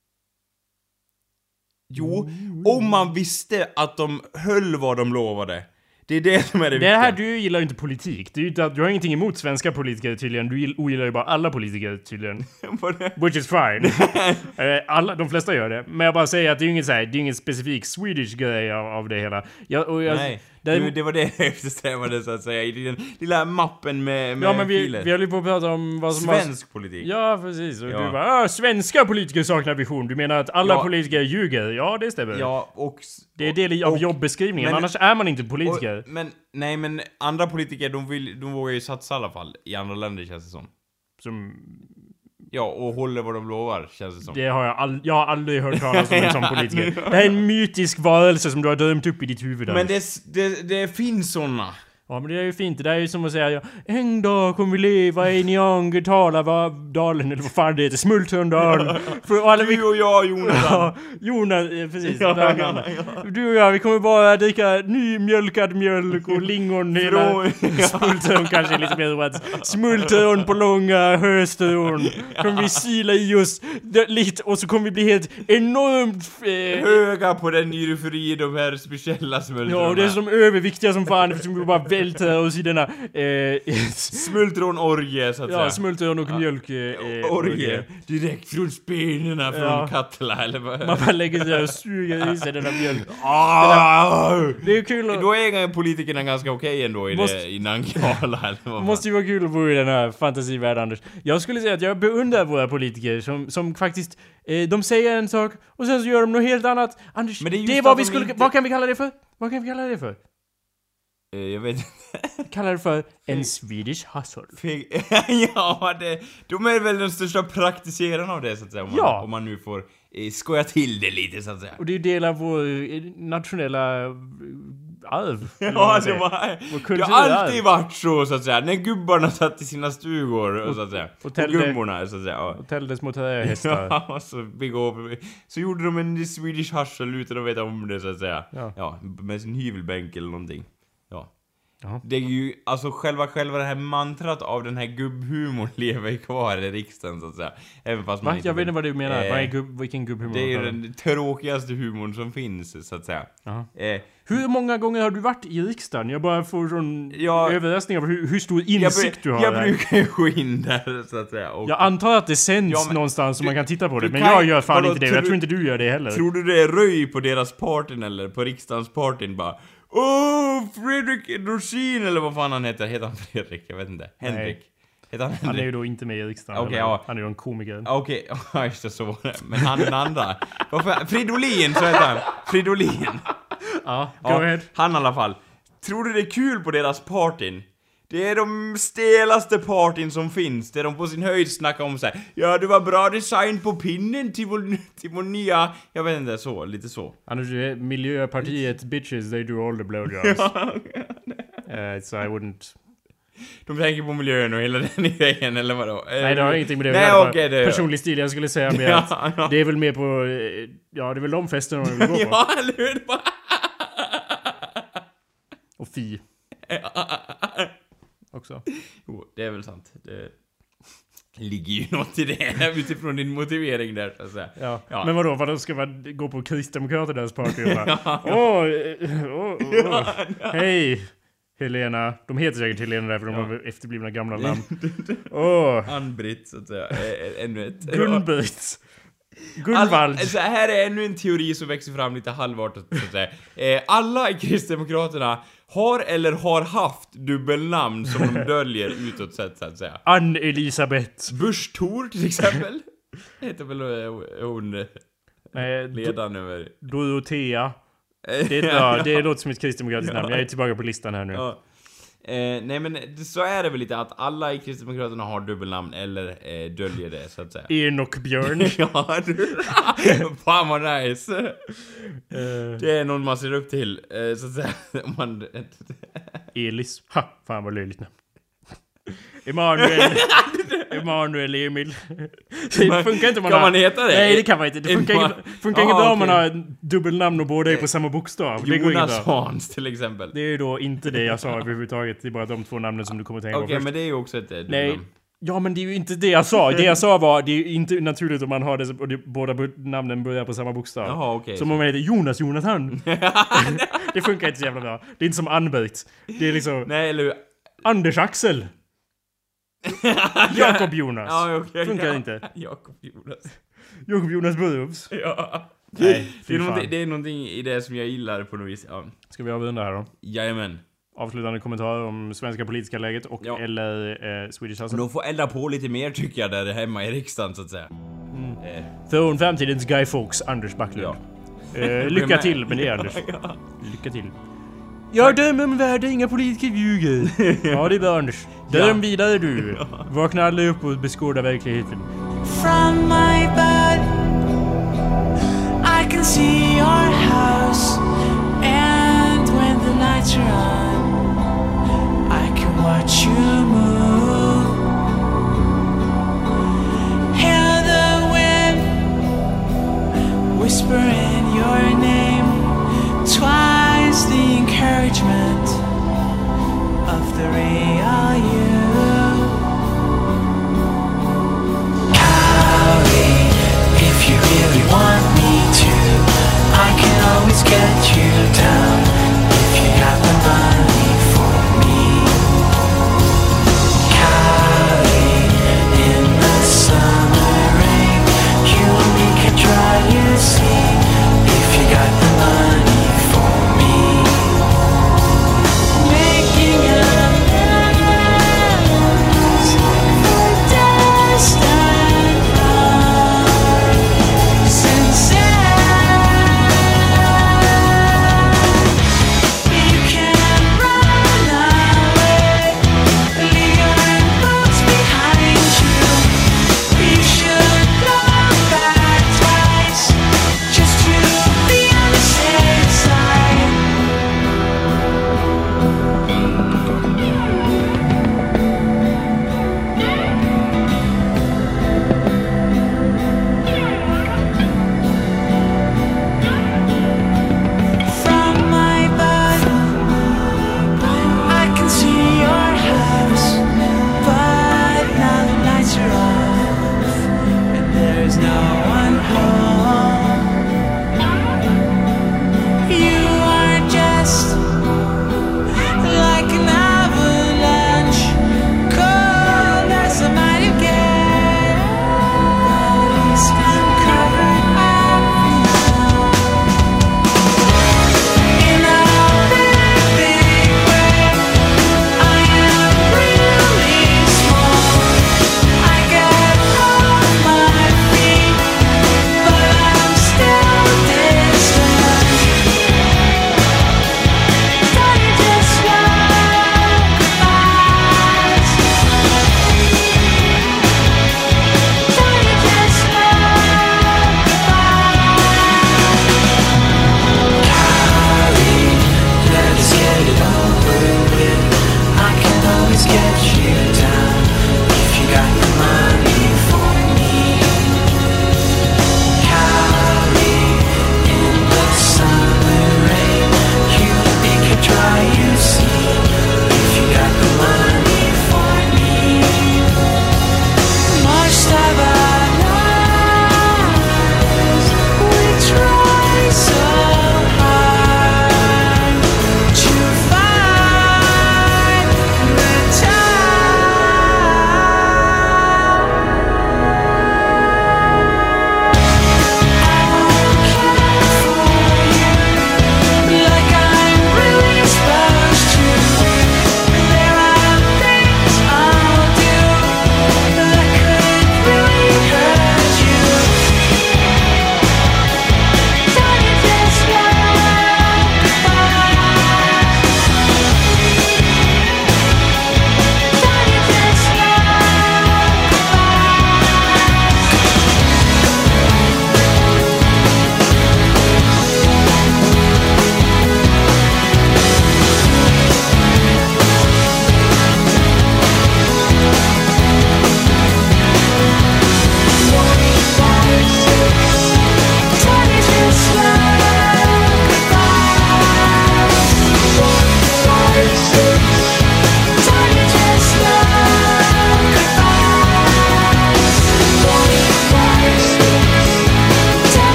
Jo, om man visste att de höll vad de lovade. Det är det som är det viktiga. Det här, du gillar ju inte politik. Du, du har ingenting emot svenska politiker tydligen. Du ogillar ju bara alla politiker tydligen. Which is fine. alla, de flesta gör det. Men jag bara säger att det är ju inget, så här, det är ingen specifik Swedish grej av, av det hela. Jag, och jag, Nej, det, det, det var det jag eftersträvade så att säga. I den lilla mappen med, med ja, men vi, filer. vi håller ju på att prata om vad som Svensk har, politik. Ja, precis. Och Ja. du bara, ah, svenska politiker saknar vision. Du menar att alla Ja. politiker ljuger? Ja, det stämmer. Ja, och... Det är del av och- jobbeskrivningen. men- Annars är man inte politiker. Och, men, nej men andra politiker, de, vill, de vågar ju satsa i alla fall. I andra länder känns det som. Som... Ja, och håller vad de lovar, känns det som. Det har jag, all, jag har aldrig hört talas om en sån politiker. Det här är en mytisk varelse som du har dömt upp i ditt huvud. Men det, det, det finns såna. Ja, men det är ju fint. Det där är ju som att säga, ja, en dag kommer vi leva i Neandertalardalen, eller vad fan det heter, Smultondalen. För alla vi... Du och jag, Jonas. Ja, Jonas, eh, precis. Ja, Ja, ja, Du och jag, vi kommer bara dricka nymjölkad mjölk och lingon hela... Smultron kanske är lite mer roligt. Smultron på långa höstron. Kommer vi sila i oss det, lite, och så kommer vi bli helt enormt... Eh, Höga på den nyrefri, de här speciella smultronerna. ja, och det är som överviktiga som fan, eftersom vi bara välter oss i denna... Eh, Smultronorgie, så att ja, säga. smultron och mjölk... Eh, Orgie. Direkt från spenerna från Ja. Katla, eller vad? Man bara lägger sig och suger i sig denna mjölk. Ah! Det är ju kul att... Då är politikerna ganska okej ändå i, Måste- det, i Nangijala, eller vad Det fan. måste ju vara kul att bo i den här fantasivärlden, Anders. Jag skulle säga att jag beundrar våra politiker som, som faktiskt... Eh, de säger en sak och sen så gör de något helt annat. Anders, Men det det är är, just vad att vi de skulle... inte- Vad kan vi kalla det för? Vad kan vi kalla det för? Eh, Jag vet Kalla det för en Swedish hustle. Feg- ja, det, de är väl den största praktiserarna av det, så att säga. Om man, Ja. om man nu får eh, skoja till det lite, så att säga. Och det är del av vår eh, nationella eh, arv. eller vad Ja, man det, säger. var, Vår det kultur har är alltid varit så, så att säga. När gubbarna satt i sina stugor, och, så att säga. och Och, täljde- gummorna, så att säga. Ja. Och tällde små trähästar. Ja, så, begåv, så gjorde de en Swedish hustle utan att veta om det, så att säga. Ja. Ja, med sin hyvelbänk eller någonting. Ja. Ja. Det är ju, alltså själva, själva det här mantrat av den här gubbhumorn lever ju kvar i riksdagen, så att säga. Även fast man Va? inte Jag vet vill- inte vad du menar. Eh, Vad är gubb, vilken gubbhumor? Det är ju pratar du om? den tråkigaste humorn som finns, så att säga. Jaha. Eh, Hur många gånger har du varit i riksdagen? Jag bara får sån Ja. överraskning av hur, hur stor jag, insikt du har jag där. brukar ju gå in där, så att säga. Och Jag antar att det sänds Ja, men- någonstans så man kan titta på det. du Men kan- jag gör fan vadå, inte det. Jag tror- tror inte du gör det heller. tror du det är röj på deras partyn, eller på riksdagens partyn bara? Åh, Fredrik Dorsin, eller vad fan han heter. Heter han Fredrik? Jag vet inte. Henrik. Heter han Han är Henrik? ju då inte med i riksdagen. Okej, eller? ja. Han är ju en komiker. Okej, ja just det, så var det. Men han den andra. Varför? Fridolin, så heter han. Fridolin. Ja, go Ja, ahead. han i alla fall. Tror du det är kul på deras partyn? Det är de stelaste partyn som finns, där de på sin höjd snackar om så här: ja, det var bra design på pinnen till vår, till vår nya... Jag vet inte, så, lite så. Anders, det är Miljöpartiet bitches, they do all the blowjobs. uh, so I wouldn't... De tänker på miljön och hela den grejen, eller vadå? Nej, det har ingenting med det att Nej, göra. okej, det... Personlig stil, jag skulle säga mer att Ja, ja. det är väl mer på... eh, Ja, det är väl de festerna de vill gå på. Ja, eller hur? Och fi. Också. Jo, det är väl sant. Det ligger ju något i det utifrån din motivering där, så att säga. Ja. Ja. Men vadå, vadå ska man gå på Kristdemokraternas party och bara, åh, eh, åh, åh, hej Helena. De heter säkert Helena därför de Ja. har efterblivna gamla namn. Åh, Ann-Britt, så att säga. Ä- Ännu ett. Gun-Britt. All, Gunvald. alltså, här är ännu en teori som växer fram lite halvvartat, så att säga. Eh, alla i Kristdemokraterna har eller har haft dubbelnamn som de döljer utåt sett, så att säga. Ann-Elisabeth. Busch Thor, till exempel. Heter väl eh, hon eh, Nej, ledaren över... Dorotea. Det, är bra. Det låter som ett kristdemokratiskt namn. Jag är tillbaka på listan här nu. Ja. Eh, nej men det- så är det väl lite att alla i Kristdemokraterna har dubbelnamn eller eh, döljer det, så att säga. Enoch Björn. Ja, du. Fan vad nice. Eh, Det är någon man ser upp till, eh, så att säga. Om man... Elis. Ha, fan vad löjligt namn. Emanuel. Emanuel Emil. Det funkar inte om man kan har... man heta det? Nej, det kan man inte. Det funkar, Ema... inte, funkar Aha, inte bra om okay. man har en dubbelnamn och båda är på samma bokstav. Det går Jonas inte bra. Hans till exempel. Det är ju då inte det jag sa överhuvudtaget. Det är bara de två namnen som du kommer att tänka Okej, på först. men det är ju också ett dubbelnamn. Nej. Ja, men det är ju inte det jag sa. Det jag sa var, det är inte naturligt om man har det och det, båda namnen börjar på samma bokstav. Jaha, okej. Okay. Som om man heter Jonas Jonathan. Det funkar inte så jävla bra. Det är inte som Anbert. Det är liksom... Nej, eller... Anders Axel. Jakob Jonas. Ja, okay. Funkar ja. inte. Jakob Jonas. Jakob Jonas Burrows. Ja. Nej, det, är någonting, det är någonting i det som jag gillar på något vis. Ja. Ska vi avrunda här då? Jajamän. Avslutande kommentarer om svenska politiska läget och ja. eller eh, Swedish House. De får elda på lite mer tycker jag där hemma i riksdagen så att säga. Mm. Eh. Från framtidens Guy Fawkes, Anders Backlund. Ja. Eh, lycka till med det, Anders. Ja. Lycka till. Jag dömer om världen, inga politiker ljuger. Ja, det är bra, Anders. Döm ja. vidare du. Ja. Vakna aldrig upp och beskåda verkligheten. From my bed I can see your house. And when the lights are on I can watch you move. Hear the wind whisper in your name. Twice the encouragement of the real you. Callie, if you really want me to, I can always get you down if you have the money for me. Callie, in the summer rain, you and me can dry your sea if you got the money for me. Making up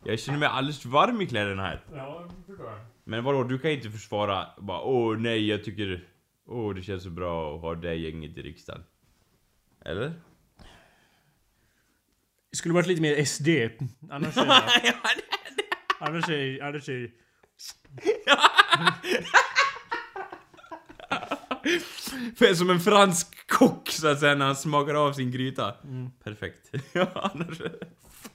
Jag känner mig alldeles varm i kläderna här. Ja, det förstår jag. Men vadå, du kan inte försvara bara, åh nej, jag tycker, åh det känns så bra att ha det gänget i riksdagen. Eller? Det skulle varit lite mer S D. Annars är det... annars är annars är För som en fransk kock så att säga när han smakar av sin gryta. Mm. Perfekt. Ja, annars...